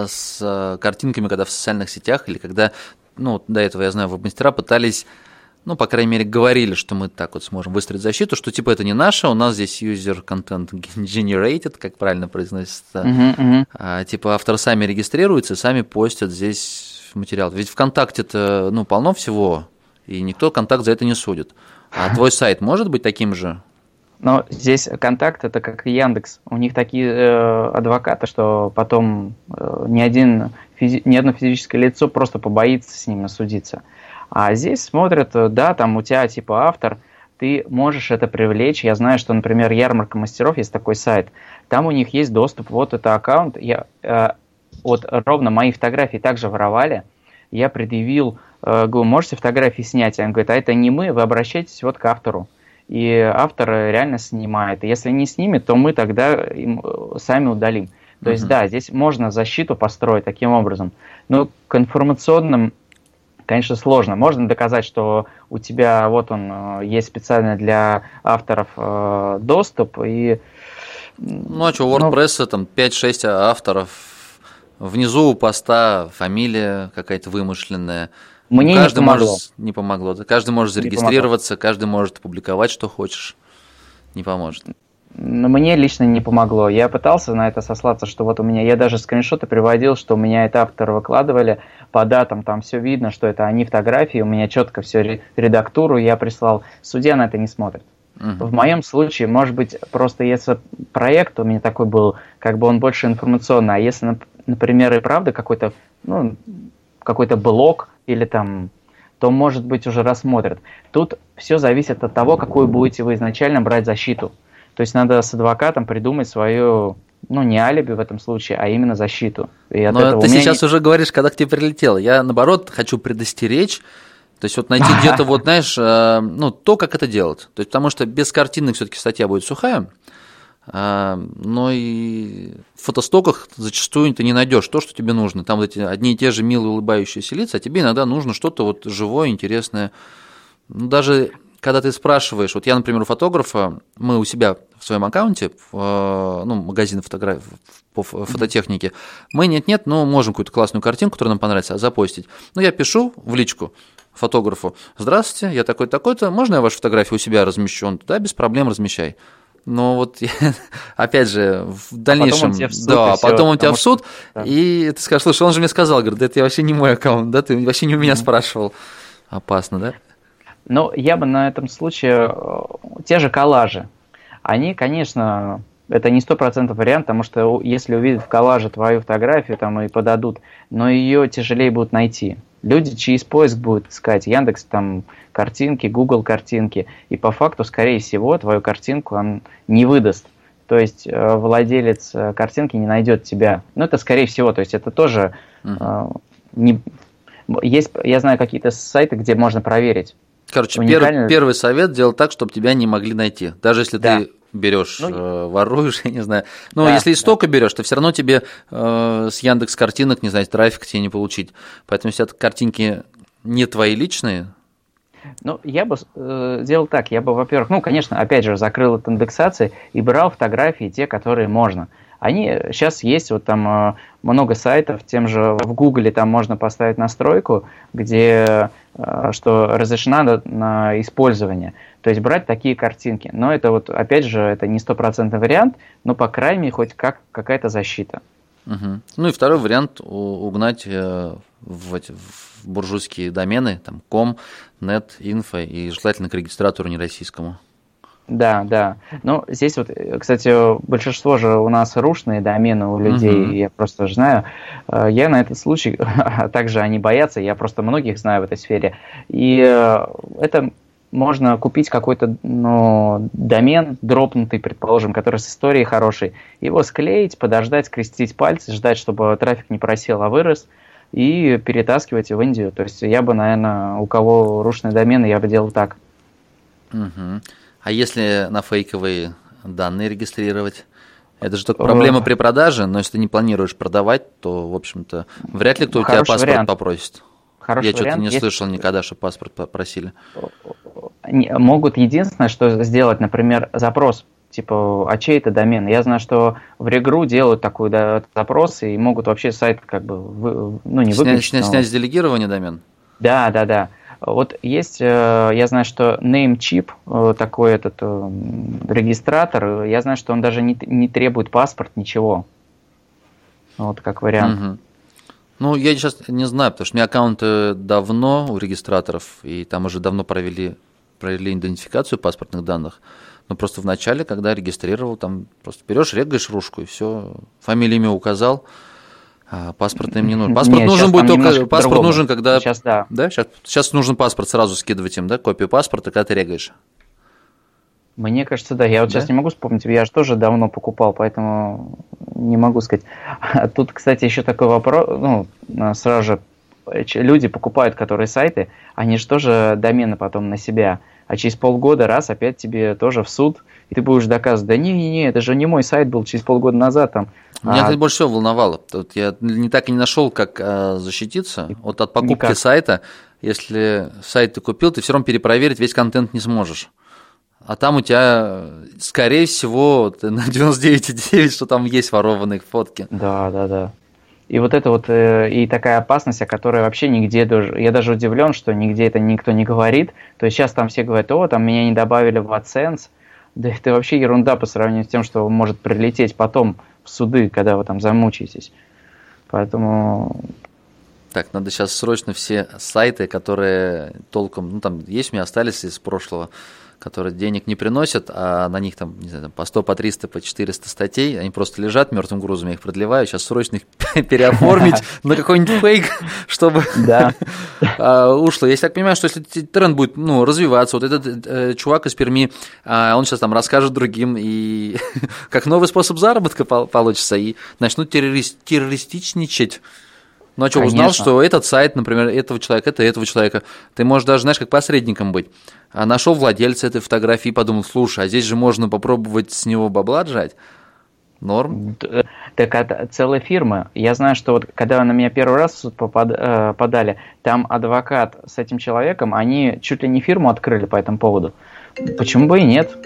с картинками, когда в социальных сетях, или когда, ну, до этого, я знаю, веб-мастера пытались, ну, по крайней мере, говорили, что мы так вот сможем выстроить защиту, что типа это не наше, у нас здесь user content generated, как правильно произносится. Типа авторы сами регистрируются и сами постят здесь материал. Ведь ВКонтакте-то, ну, полно всего, и никто контакт за это не судит. А твой сайт может быть таким же? Но здесь контакт это как Яндекс. У них такие адвокаты, что потом ни одно физическое лицо просто побоится с ним судиться. А здесь смотрят, да, там у тебя типа автор, ты можешь это привлечь. Я знаю, что, например, Ярмарка мастеров, есть такой сайт, там у них есть доступ, вот это аккаунт. Вот ровно мои фотографии также воровали. Я предъявил, говорю, можете фотографии снять? Он говорит, а это не мы, вы обращайтесь вот к автору. И автор реально снимает. И если не снимет, то мы тогда им сами удалим. То есть, да, здесь можно защиту построить таким образом. Но к информационным, конечно, сложно. Можно доказать, что у тебя вот он есть специально для авторов доступ. И, ну, а что, у WordPress там 5-6 авторов. Внизу у поста фамилия какая-то вымышленная. Мне каждый не помогло. Каждый может зарегистрироваться, каждый может публиковать, что хочешь. Не поможет. Но мне лично не помогло. Я пытался на это сослаться, что вот у меня, я даже скриншоты приводил, что у меня это авторы выкладывали по датам, там все видно, что это они фотографии, у меня четко все редактуру я прислал. Судья на это не смотрит. В моем случае, может быть, просто если проект у меня такой был, как бы он больше информационный, а если например, и правда какой-то, ну, какой-то блог или там, то, может быть, уже рассмотрят. Тут все зависит от того, какую будете вы изначально брать защиту. То есть надо с адвокатом придумать свою, ну, не алиби в этом случае, а именно защиту. И от Но ты сейчас уже говоришь, когда к тебе прилетело. Я, наоборот, хочу предостеречь, то есть вот найти где-то, вот, знаешь, ну, то, как это делать. То есть, потому что без картинок все-таки статья будет сухая, но и в фотостоках зачастую ты не найдешь то, что тебе нужно. Там вот эти одни и те же милые улыбающиеся лица, а тебе иногда нужно что-то вот живое, интересное. Ну, даже когда ты спрашиваешь, вот я, например, у фотографа, мы у себя в своем аккаунте, ну, магазин по фототехнике, мы нет-нет, но можем какую-то классную картинку, которая нам понравится, запостить. Ну, я пишу в личку фотографу: здравствуйте, я такой-то, можно я вашу фотографию у себя размещу? Он: да, без проблем, размещай. Но вот, опять же, в дальнейшем, потом он тебя в суд, и ты скажешь: слушай, он же мне сказал, говорит, да это вообще не мой аккаунт, да, ты вообще не у меня спрашивал. Опасно, да? Ну, я бы на этом случае, те же коллажи, они, конечно, это не 100% вариант, потому что если увидят в коллаже твою фотографию там и подадут, но ее тяжелее будут найти. Люди через поиск будут искать Яндекс там картинки, Google картинки, и по факту, скорее всего, твою картинку он не выдаст. То есть владелец картинки не найдет тебя. Ну, это скорее всего, то есть это тоже есть, я знаю какие-то сайты, где можно проверить. Короче, первый совет — делать так, чтобы тебя не могли найти. Даже если ты берешь, воруешь, я не знаю. Но если из стока берешь, то все равно тебе с Яндекс картинок, не знаю, трафик тебе не получить. Поэтому если это картинки не твои личные. Ну, я бы сделал так. Я бы, во-первых, ну, конечно, опять же, закрыл от индексации и брал фотографии те, которые можно. Они сейчас есть, вот там много сайтов, тем же в Гугле там можно поставить настройку, где что разрешена на использование. То есть брать такие картинки. Но это вот, опять же, это не 100% вариант, но по крайней мере хоть какая-то защита. Угу. Ну и второй вариант — угнать в буржуйские домены, там .com, .net, .info, и желательно к регистратору нероссийскому. Да. Ну, здесь вот, кстати, большинство же у нас рушные домены у людей, я просто знаю. Я на этот случай, а также они боятся, я просто многих знаю в этой сфере. И это можно купить какой-то домен дропнутый, предположим, который с историей хорошей, его склеить, подождать, скрестить пальцы, ждать, чтобы трафик не просел, а вырос, и перетаскивать в Индию. То есть я бы, наверное, у кого рушные домены, я бы делал так. А если на фейковые данные регистрировать? Это же только проблема при продаже, но если ты не планируешь продавать, то, в общем-то, вряд ли кто у тебя паспорт попросит. Я что-то не слышал никогда, что паспорт попросили. Могут единственное, что сделать, например, запрос, типа, а чей это домен? Я знаю, что в Регру делают такой запрос и могут вообще сайт как бы, не выключить. Снять с делегирования домен? Да. Вот есть, я знаю, что Namecheap, такой этот регистратор, я знаю, что он даже не требует паспорт, ничего. Вот как вариант. Ну, я сейчас не знаю, потому что у меня аккаунты давно у регистраторов, и там уже давно провели идентификацию паспортных данных. Но просто в начале, когда регистрировал, там просто берешь, регаешь ручку, и все, фамилию, имя указал. А паспорт им не нужен. Паспорт нужен будет только. Паспорт нужен, когда. Сейчас, да. Сейчас нужен паспорт сразу скидывать им, да, копию паспорта, когда ты регаешь. Мне кажется, да. Я вот сейчас не могу вспомнить. Я же тоже давно покупал, поэтому не могу сказать. А тут, кстати, еще такой вопрос. Сразу же люди покупают, которые сайты, они же тоже домены потом на себя. А через полгода опять тебе тоже в суд, и ты будешь доказывать: да не, это же не мой сайт был через полгода назад там. Меня это больше всего волновало. Вот я так и не нашел, как защититься от покупки сайта. Если сайт ты купил, ты все равно перепроверить весь контент не сможешь. А там у тебя, скорее всего, на 99,9, что там есть ворованные фотки. Да. И вот это вот, и такая опасность, о которой вообще нигде, я даже удивлен, что нигде это никто не говорит. То есть сейчас там все говорят: там меня не добавили в AdSense. Да это вообще ерунда по сравнению с тем, что может прилететь потом в суды, когда вы там замучаетесь. Поэтому... Так, надо сейчас срочно все сайты, которые толком, там есть у меня, остались из прошлого, которые денег не приносят, а на них там, не знаю, по 100, по 300, по 400 статей, они просто лежат мертвым грузом, я их продлеваю, сейчас срочно их переоформить на какой-нибудь фейк, чтобы ушло. Я так понимаю, что если тренд будет развиваться, вот этот чувак из Перми, он сейчас там расскажет другим, и как новый способ заработка получится, и начнут террористичничать. Ну, а что, узнал, что этот сайт, например, этого человека, ты можешь даже, знаешь, как посредником быть. Нашел владельца этой фотографии и подумал, слушай, а здесь же можно попробовать с него бабла отжать. Норм. Так это целая фирма. Я знаю, что вот когда на меня первый раз в суд подали, там адвокат с этим человеком, они чуть ли не фирму открыли по этому поводу. Почему бы и нет?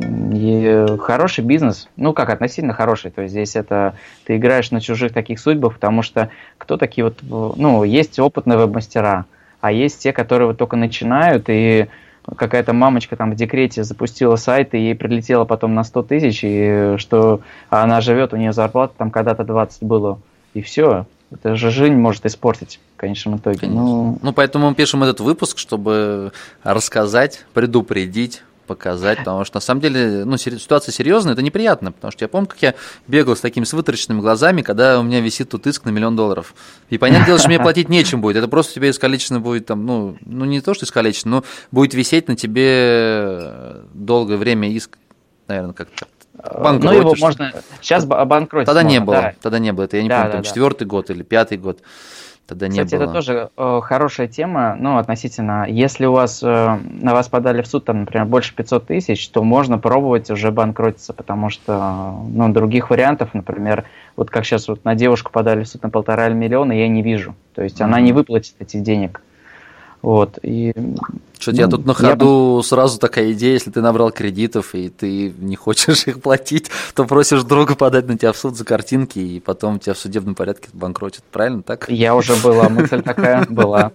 И хороший бизнес, относительно хороший, то есть здесь это ты играешь на чужих таких судьбах, потому что кто такие есть опытные веб-мастера, а есть те, которые вот только начинают, и какая-то мамочка там в декрете запустила сайт, и ей прилетело потом на 100 тысяч, и что она живет, у нее зарплата там когда-то 20 было, и все. Это же жизнь может испортить в конечном итоге. Поэтому мы пишем этот выпуск, чтобы рассказать, предупредить, показать, потому что на самом деле ситуация серьезная, это неприятно, потому что я помню, как я бегал с такими вытаращенными глазами, когда у меня висит тут иск на $1 миллион. И понятное дело, что мне платить нечем будет, это просто тебе искалечено будет там, не то, что искалечено, но будет висеть на тебе долгое время иск, наверное, как-то. Его можно сейчас обанкротить. Тогда не было, это я не помню, там 4-й год или 5-й год. Тогда не Кстати, было. это тоже хорошая тема, относительно, если у вас на вас подали в суд, там, например, больше 500 тысяч, то можно пробовать уже банкротиться, потому что, других вариантов, например, вот как сейчас вот на девушку подали в суд на 1,5 миллиона, я не вижу, то есть она не выплатит этих денег. Вот, и... Что-то я тут на ходу сразу такая идея, если ты набрал кредитов и ты не хочешь их платить, то просишь друга подать на тебя в суд за картинки, и потом тебя в судебном порядке банкротят. Правильно так? Я уже была, мысль такая была.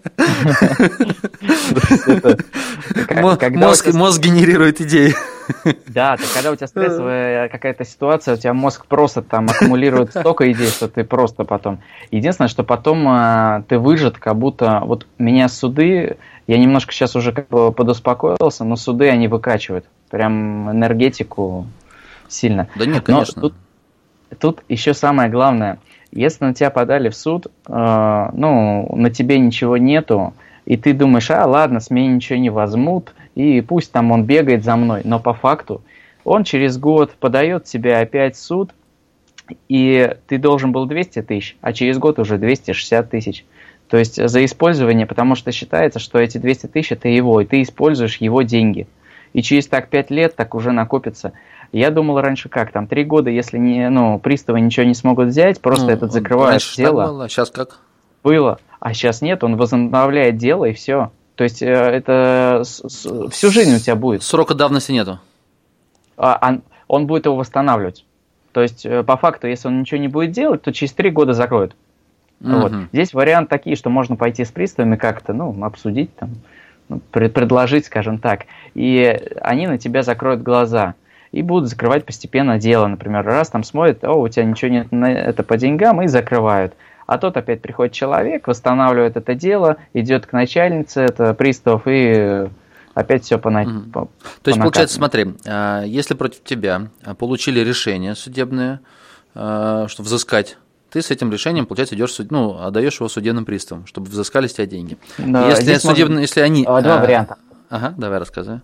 Мозг генерирует идеи. Да, когда у тебя стрессовая какая-то ситуация, у тебя мозг просто там аккумулирует столько идей, что ты просто потом... Единственное, что потом ты выжат, как будто... Вот меня суды... Я немножко сейчас уже как бы подуспокоился, но суды они выкачивают. Прям энергетику сильно. Да нет, конечно. Но тут еще самое главное. Если на тебя подали в суд, на тебе ничего нету, и ты думаешь, ладно, с меня ничего не возьмут, и пусть там он бегает за мной. Но по факту он через год подает тебя опять в суд, и ты должен был 200 тысяч, а через год уже 260 тысяч. То есть за использование, потому что считается, что эти 200 тысяч это его, и ты используешь его деньги. И через 5 лет так уже накопится. Я думал раньше как, 3 года, если приставы ничего не смогут взять, просто этот закрывает дело. Так было, сейчас как? Было, а сейчас нет, он возобновляет дело и все. То есть это всю жизнь у тебя будет. Срока давности нету. Он будет его восстанавливать. То есть по факту, если он ничего не будет делать, то через 3 года закроют. Вот. Здесь вариант такие, что можно пойти с приставами как-то, обсудить, предложить, скажем так, и они на тебя закроют глаза и будут закрывать постепенно дело. Например, раз там смотрят, у тебя ничего нет на это по деньгам, и закрывают. А тут опять приходит человек, восстанавливает это дело, идет к начальнице, это приставов, и опять все по То есть, получается, смотри, если против тебя получили решение судебное, что взыскать, ты с этим решением, получается, идешь, отдаешь его судебным приставам, чтобы взыскали с тебя деньги. Да, если они... Два варианта. Ага, давай рассказывай.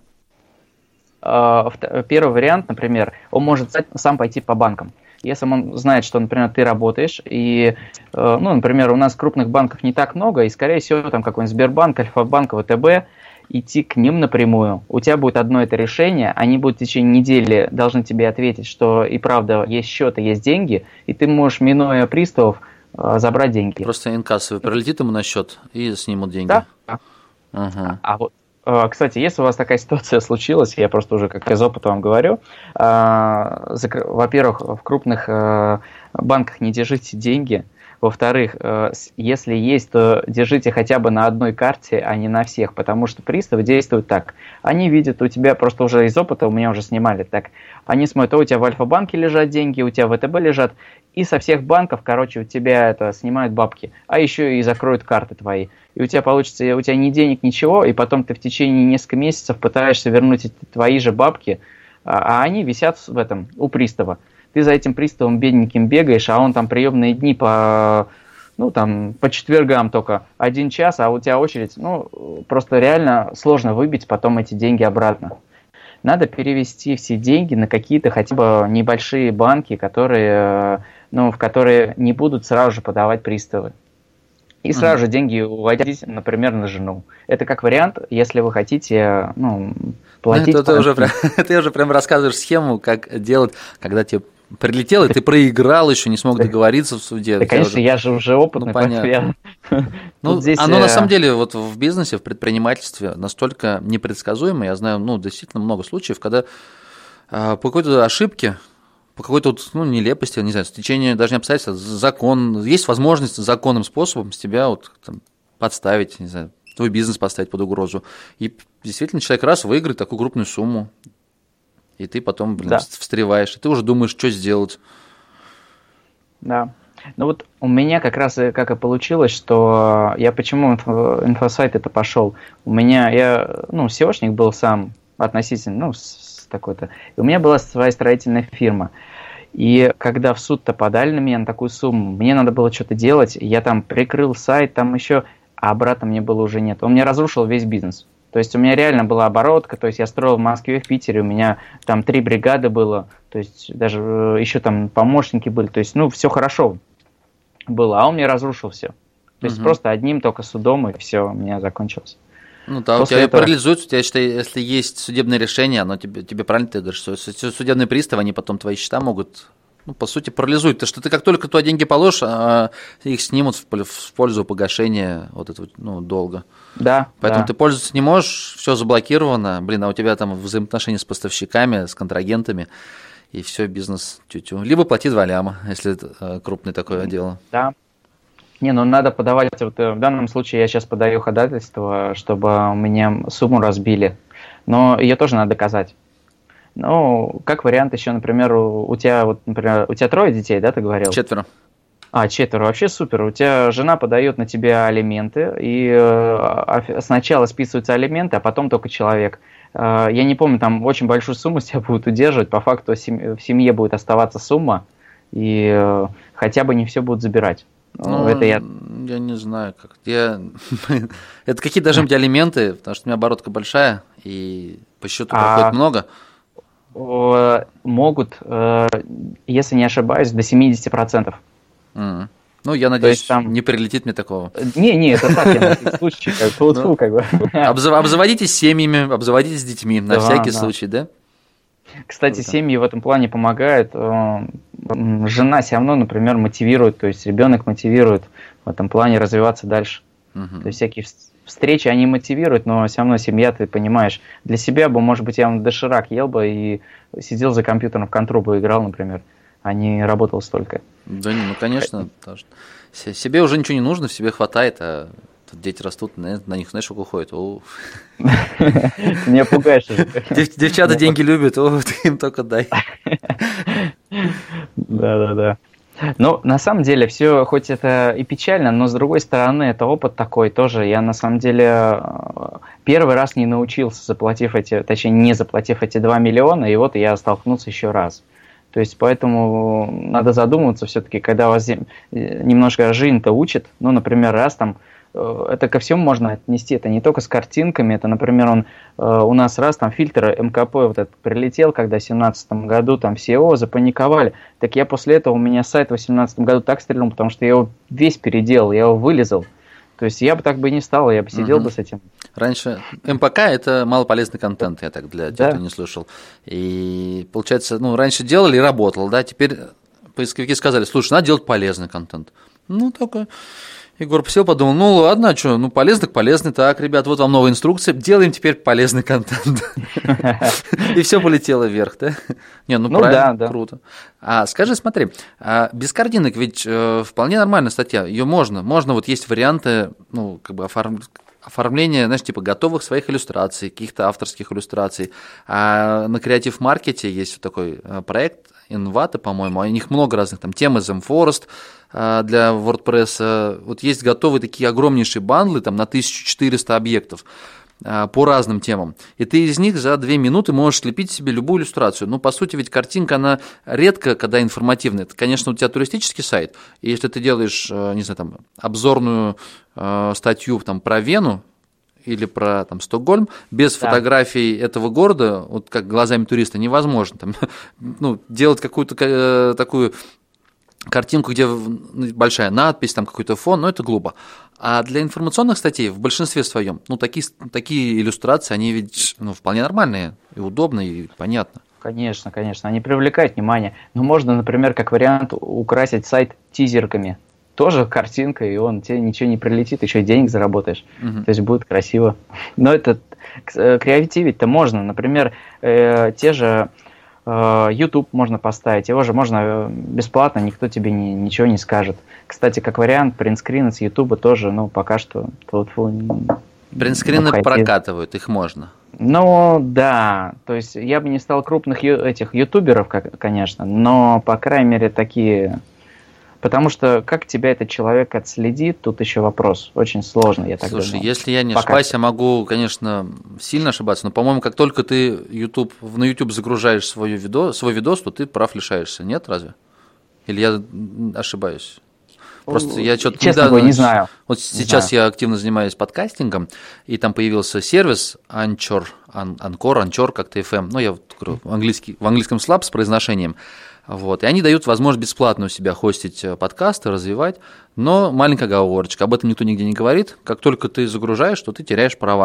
Первый вариант, например, он может сам пойти по банкам. Если он знает, что, например, ты работаешь, и, например, у нас крупных банков не так много, и, скорее всего, там какой-нибудь Сбербанк, Альфа-банк, ВТБ, идти к ним напрямую. У тебя будет одно это решение, они будут в течение недели должны тебе ответить, что и правда есть счет и есть деньги, и ты можешь, минуя приставов, забрать деньги. Просто инкассовый прилетит ему на счет и снимут деньги. Да. Угу. Кстати, если у вас такая ситуация случилась, я просто уже как из опыта вам говорю, во-первых, в крупных банках не держите деньги, Во-вторых, если есть, то держите хотя бы на одной карте, а не на всех, потому что приставы действуют так. Они видят у тебя, просто уже из опыта, у меня уже снимали так, они смотрят, у тебя в Альфа-банке лежат деньги, у тебя в ВТБ лежат, и со всех банков, у тебя это снимают бабки, а еще и закроют карты твои. И у тебя получится, у тебя ни денег, ничего, и потом ты в течение нескольких месяцев пытаешься вернуть эти твои же бабки, а они висят у пристава. Ты за этим приставом бедненьким бегаешь, а он там приемные дни по четвергам только 1 час, а у тебя очередь, просто реально сложно выбить потом эти деньги обратно. Надо перевести все деньги на какие-то хотя бы небольшие банки, в которые не будут сразу же подавать приставы. И сразу же деньги уводить, например, на жену. Это как вариант, если вы хотите платить. Ты уже прям рассказываешь схему, как делать, когда тебе прилетел, и ты проиграл, еще не смог договориться в суде. Да, конечно, я же уже опытный. Понятно. Оно на самом деле вот в бизнесе, в предпринимательстве настолько непредсказуемо. Я знаю, действительно много случаев, когда по какой-то ошибке, по какой-то нелепости, не знаю, стечению даже не обстоятельств, есть возможность законным способом с тебя подставить, не знаю, твой бизнес поставить под угрозу. И действительно человек раз выиграет такую крупную сумму, и ты потом, встреваешь, и ты уже думаешь, что сделать. Да. У меня как раз как и получилось, что я почему в инфосайт это пошел. Я SEOшник был сам относительно, такой-то. И у меня была своя строительная фирма. И когда в суд-то подали на меня на такую сумму, мне надо было что-то делать, я там прикрыл сайт, там еще, а обратно мне было уже нет. Он мне разрушил весь бизнес. То есть у меня реально была оборотка, то есть я строил в Москве, в Питере, у меня там 3 бригады было, то есть даже еще там помощники были, то есть, все хорошо было, а он мне разрушил все. То есть просто одним только судом, и все, у меня закончилось. У тебя парализуется, у тебя, считай, если есть судебное решение, оно тебе правильно ты говоришь, что судебные приставы, они потом твои счета могут, по сути, парализуют. Ты как только туда деньги положишь, их снимут в пользу погашения этого долга. Да. Поэтому ты пользоваться не можешь, все заблокировано, а у тебя там взаимоотношения с поставщиками, с контрагентами, и все, бизнес тю-тю. Либо плати 2 ляма, если это крупное такое дело. Да. Надо подавать, в данном случае я сейчас подаю ходатайство, чтобы у меня сумму разбили, но ее тоже надо доказать. Как вариант еще, например, у тебя 3 детей, да, ты говорил? 4. 4, вообще супер. У тебя жена подает на тебя алименты, и сначала списываются алименты, а потом только человек. Я не помню, там очень большую сумму с тебя будут удерживать, по факту в семье будет оставаться сумма, и хотя бы не все будут забирать. Я не знаю, как. Это какие должны быть алименты, потому что у меня оборотка большая, и по счету проходит много. Могут, если не ошибаюсь, до 70%. Я надеюсь, не прилетит мне такого. Не, это так, я на всякий случай, как бы. Обзаводитесь семьями, обзаводитесь детьми, на всякий случай, да? Кстати, семьи в этом плане помогают. Жена все равно, например, мотивирует, то есть ребенок мотивирует в этом плане развиваться дальше. То есть всякие встречи, они мотивируют, но все равно семья, ты понимаешь, для себя бы, может быть, я доширак ел бы и сидел за компьютером в контру бы играл, например, а не работал столько. Да, конечно. Себе уже ничего не нужно, в себе хватает, а тут дети растут, на них, знаешь, сколько уходит. Ты меня пугаешь. Девчата деньги любят, ты им только дай. Да. На самом деле, все, хоть это и печально, но с другой стороны, это опыт такой тоже. Я на самом деле первый раз не научился, не заплатив эти 2 миллиона, и вот я столкнулся еще раз. То есть, поэтому надо задумываться все-таки, когда вас немножко жизнь-то учит, например, раз там, это ко всему можно отнести, это не только с картинками, это, например, у нас раз там фильтр МКП прилетел, когда в 2017 году там все запаниковали, так я после этого, у меня сайт в 2018 году так стрельнул, потому что я его весь переделал, я его вылезал. То есть я бы так бы не стал, я бы сидел бы с этим. Раньше МПК – это малополезный контент, я так для тех, кто не слышал. И получается, раньше делали и работал, да, теперь поисковики сказали, слушай, надо делать полезный контент. Только Егор посел, подумал, ну ладно, а что, ну полезно так полезно, так, ребят, вот вам новая инструкция, делаем теперь полезный контент. И все полетело вверх, да? Не, ну правильно, да. Круто. А скажи, смотри, без картинок ведь вполне нормальная статья, ее можно вот есть варианты, ну, как бы оформление, знаешь, типа готовых своих иллюстраций, каких-то авторских иллюстраций. А на Creative Market есть вот такой проект Envato, по-моему, у них много разных там тем из Forest для WordPress. Вот есть готовые такие огромнейшие бандлы там на 1400 объектов по разным темам. И ты из них за 2 минуты можешь слепить себе любую иллюстрацию. Ну, по сути, ведь картинка, она редко, когда информативная. Это, конечно, у тебя туристический сайт, и если ты делаешь, не знаю, там, обзорную статью там, про Вену или про там, Стокгольм, без фотографий этого города, вот как глазами туриста, невозможно. Там, ну, делать какую-то такую картинку, где большая надпись, там какой-то фон, но это глупо. А для информационных статей в большинстве своем, ну, такие иллюстрации, они ведь вполне нормальные, и удобные, и понятно. Конечно, они привлекают внимание. Но можно, например, как вариант, украсить сайт тизерками. Тоже картинка, и тебе ничего не прилетит, еще и денег заработаешь. То есть будет красиво. Но это креативить-то можно. Например, те же YouTube можно поставить, его же можно бесплатно, никто тебе ничего не скажет. Кстати, как вариант, принтскрины с YouTube тоже, ну, пока что... Принтскрины прокатывают, их можно. Ну, да, то есть я бы не стал крупных этих ютуберов, конечно, но, по крайней мере, такие... Потому что как тебя этот человек отследит, тут еще вопрос. Очень сложно, я так думаю. Слушай, если я не ошибаюсь, я могу, конечно, сильно ошибаться, но, по-моему, как только ты на YouTube загружаешь свой видос, то ты прав лишаешься. Нет, разве? Или я ошибаюсь? Просто я что-то недавно... не знаю. Вот сейчас я активно занимаюсь подкастингом, и там появился сервис Anchor, как-то FM. Ну, я вот говорю, в английском слаб с произношением. Вот. И они дают возможность бесплатно у себя хостить подкасты, развивать, но маленькая оговорочка, об этом никто нигде не говорит. Как только ты загружаешь, то ты теряешь права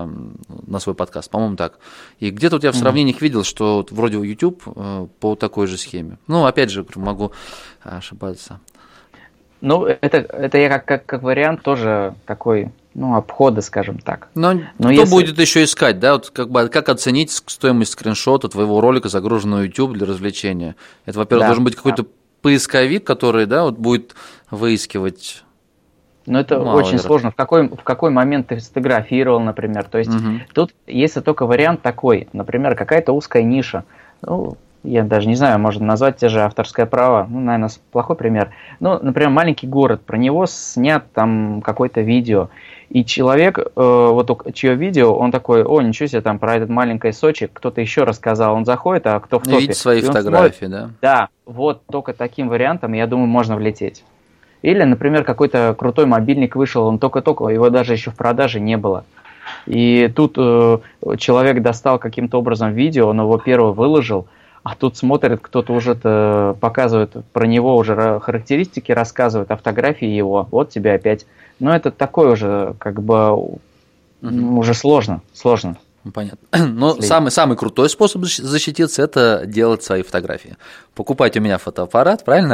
на свой подкаст, по-моему, так. И где-то вот я в сравнениях видел, что вроде у YouTube по такой же схеме. Ну, опять же, могу ошибаться. Ну, это я как вариант тоже такой, ну, обхода, скажем так. Но кто будет еще искать, да? Вот как оценить стоимость скриншота твоего ролика, загруженного на YouTube для развлечения? Это, во-первых, должен быть какой-то поисковик, который, да, вот будет выискивать. Но это очень сложно. В какой момент ты сфотографировал, например. То есть тут, если только вариант такой, например, какая-то узкая ниша, ну, я даже не знаю, можно назвать те же авторское право, ну, наверное, плохой пример. Ну, например, маленький город, про него снят там какое-то видео, и человек, чье видео, он такой, ничего себе, там про этот маленький Сочи кто-то еще рассказал, он заходит, а кто в топе? Видит свои фотографии, да? Да, вот только таким вариантом, я думаю, можно влететь. Или, например, какой-то крутой мобильник вышел, он только-только, его даже еще в продаже не было. И тут человек достал каким-то образом видео, он его первый выложил, а тут смотрит, кто-то уже показывает про него, уже характеристики рассказывает, а фотографии его, вот тебе опять. Но это такое уже, как бы, уже сложно. Понятно. Но самый крутой способ защититься – это делать свои фотографии. Покупать у меня фотоаппарат, правильно?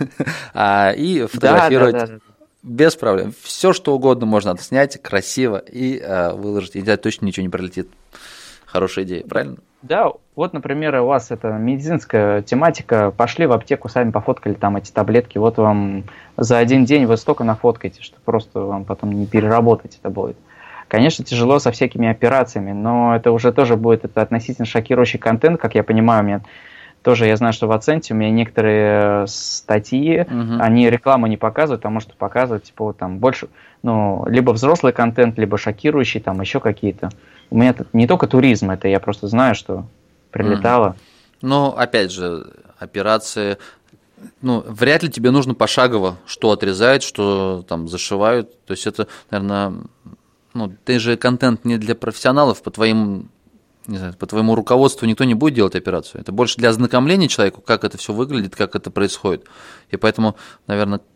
И фотографировать без проблем. Все, что угодно можно отснять красиво и выложить. И точно ничего не пролетит. Хорошая идея, правильно? Да, вот, например, у вас это медицинская тематика, пошли в аптеку, сами пофоткали там эти таблетки, вот вам за один день вы столько нафоткаете, что просто вам потом не переработать это будет. Конечно, тяжело со всякими операциями, но это уже тоже будет относительно шокирующий контент, как я понимаю, у меня тоже, я знаю, что в Аценте у меня некоторые статьи, они рекламу не показывают, потому что показывают, типа, вот там больше, ну, либо взрослый контент, либо шокирующий, там еще какие-то. У меня тут не только туризм, это я просто знаю, что прилетало. Ну, опять же, операции, ну, вряд ли тебе нужно пошагово, что отрезают, что там зашивают. То есть это, наверное, ну, ты же контент не для профессионалов, по твоему руководству никто не будет делать операцию. Это больше для ознакомления человеку, как это все выглядит, как это происходит. И поэтому, наверное,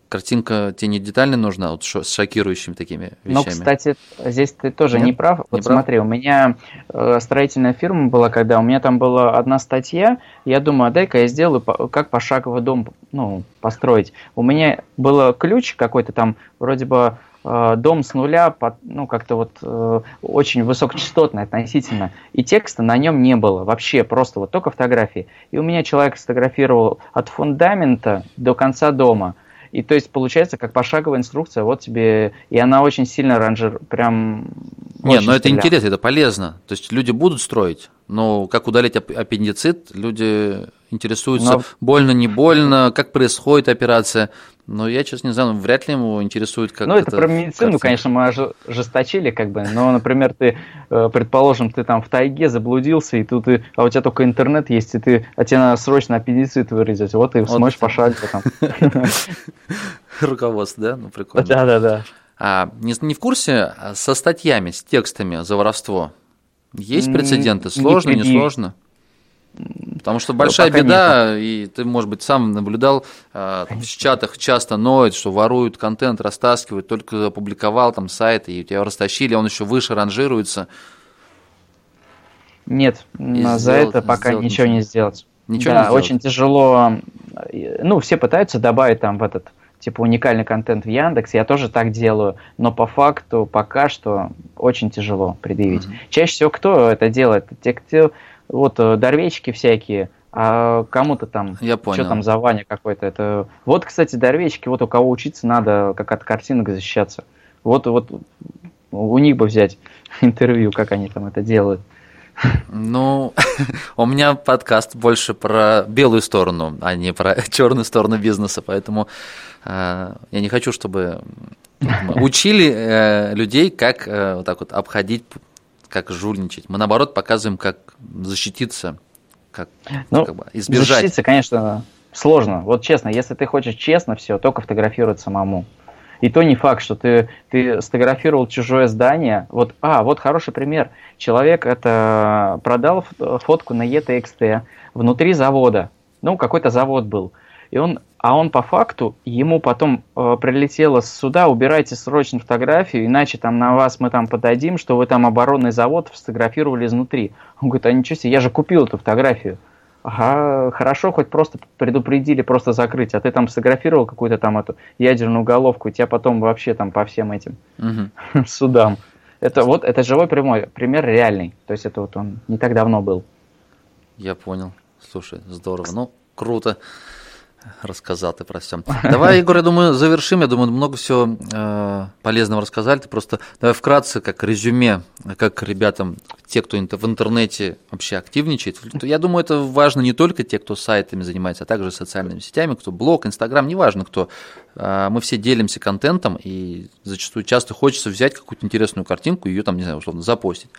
картинка тебе не детально нужна, вот с шокирующими такими вещами. Ну, кстати, здесь ты тоже Нет? не прав. Вот Не прав? смотри, у меня строительная фирма была, когда у меня там была одна статья, я думаю, а дай-ка я сделаю, как пошаговый дом построить. У меня был ключ какой-то там, вроде бы дом с нуля, как-то вот очень высокочастотный относительно, и текста на нем не было вообще, просто вот только фотографии. И у меня человек сфотографировал от фундамента до конца дома. И то есть получается как пошаговая инструкция, вот тебе, и она очень сильно прям... Не, но это интересно, это полезно. То есть люди будут строить, но как удалить аппендицит, люди интересуются, больно, не больно, как происходит операция. Но я, честно не знаю, вряд ли ему интересует, как это про медицину, конечно, мы ожесточили, но, например, ты, предположим, ты там в тайге заблудился, и тут а у тебя только интернет есть, а тебе надо срочно аппендицит вырезать, вот и сможешь пошарить там. Руководство, да? Ну, прикольно. Да. Не в курсе, со статьями, с текстами за воровство есть прецеденты? Сложно, не сложно? Потому что большая беда, и ты, может быть, сам наблюдал, в чатах часто ноют, что воруют контент, растаскивают, только опубликовал там сайт, и тебя растащили, он еще выше ранжируется. Нет, за это пока ничего не сделать. Ничего не сделать? Очень тяжело. Все пытаются добавить там в этот, типа, уникальный контент в Яндекс, я тоже так делаю, но по факту пока что очень тяжело предъявить. Чаще всего кто это делает? Те, кто... Вот дорвечки всякие, а кому-то там, что там за Ваня какой-то. Вот, кстати, дорвечки, вот у кого учиться надо, как от картинок защищаться. Вот у них бы взять интервью, как они там это делают. Ну, у меня подкаст больше про белую сторону, а не про черную сторону бизнеса, поэтому я не хочу, чтобы учили людей, как вот так вот обходить, как жульничать. Мы, наоборот, показываем, как защититься, как избежать. Защититься, конечно, сложно. Вот честно, если ты хочешь честно все, только фотографировать самому. И то не факт, что ты сфотографировал чужое здание. Вот хороший пример. Человек продал фотку на ETXT внутри завода. Какой-то завод был. А он по факту, ему потом прилетело с суда, убирайте срочно фотографию, иначе там на вас мы там подадим, что вы там оборонный завод сфотографировали изнутри. Он говорит, а ничего себе, я же купил эту фотографию. Ага, хорошо, хоть просто предупредили, просто закрыть, а ты там сфотографировал какую-то там эту ядерную головку, и тебя потом вообще там по всем этим судам. Это живой пример реальный, то есть это вот он не так давно был. Я понял, слушай, здорово, круто. Рассказал ты про все. Давай, Егор, я думаю, завершим. Я думаю, много всего полезного рассказали. Ты просто давай вкратце, как резюме, как ребятам, те, кто в интернете вообще активничает. Я думаю, это важно не только те, кто сайтами занимается, а также социальными сетями, кто блог, Инстаграм, неважно кто. Мы все делимся контентом, и зачастую часто хочется взять какую-то интересную картинку и ее там, не знаю, условно, запостить.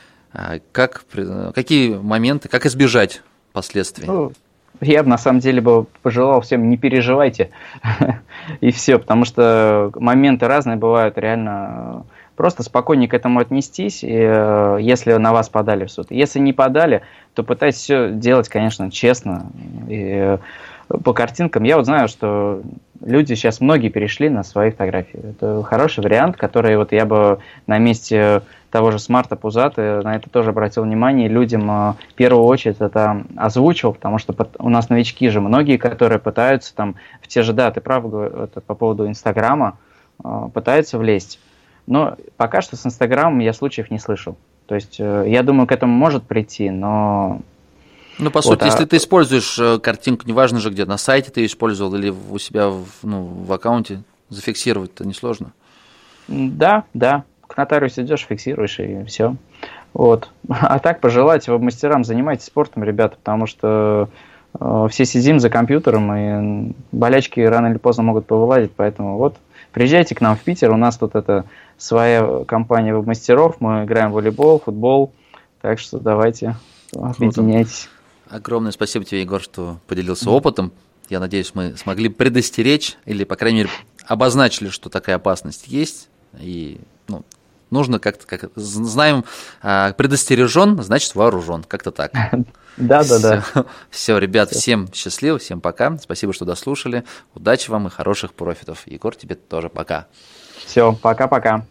Какие моменты, как избежать последствий? Я бы на самом деле пожелал всем, не переживайте, и все, потому что моменты разные бывают, реально просто спокойнее к этому отнестись, если на вас подали в суд. Если не подали, то пытайтесь все делать, конечно, честно, и по картинкам. Я вот знаю, что люди сейчас многие перешли на свои фотографии. Это хороший вариант, который вот я бы на месте того же Смарта Пузаты на это тоже обратил внимание. Людям в первую очередь это озвучивал, потому что у нас новички же многие, которые пытаются там в те же, ты прав, это по поводу Инстаграма, пытаются влезть. Но пока что с Инстаграмом я случаев не слышал. То есть я думаю, к этому может прийти, но... по сути, если ты используешь картинку, неважно же где, на сайте ты ее использовал или у себя в аккаунте, зафиксировать-то несложно. Да. К нотариусу идешь, фиксируешь, и все. Вот. А так пожелать веб-мастерам, занимайтесь спортом, ребята, потому что все сидим за компьютером, и болячки рано или поздно могут повылазить, поэтому приезжайте к нам в Питер, у нас тут своя компания веб-мастеров, мы играем в волейбол, футбол, так что давайте объединяйтесь. Огромное спасибо тебе, Егор, что поделился опытом. Я надеюсь, мы смогли предостеречь или, по крайней мере, обозначили, что такая опасность есть, и нужно как-то, знаем, предостережен, значит вооружен, как-то так. Да. Все, ребят, всем счастливо, всем пока. Спасибо, что дослушали. Удачи вам и хороших профитов. Егор, тебе тоже пока. Все, пока-пока.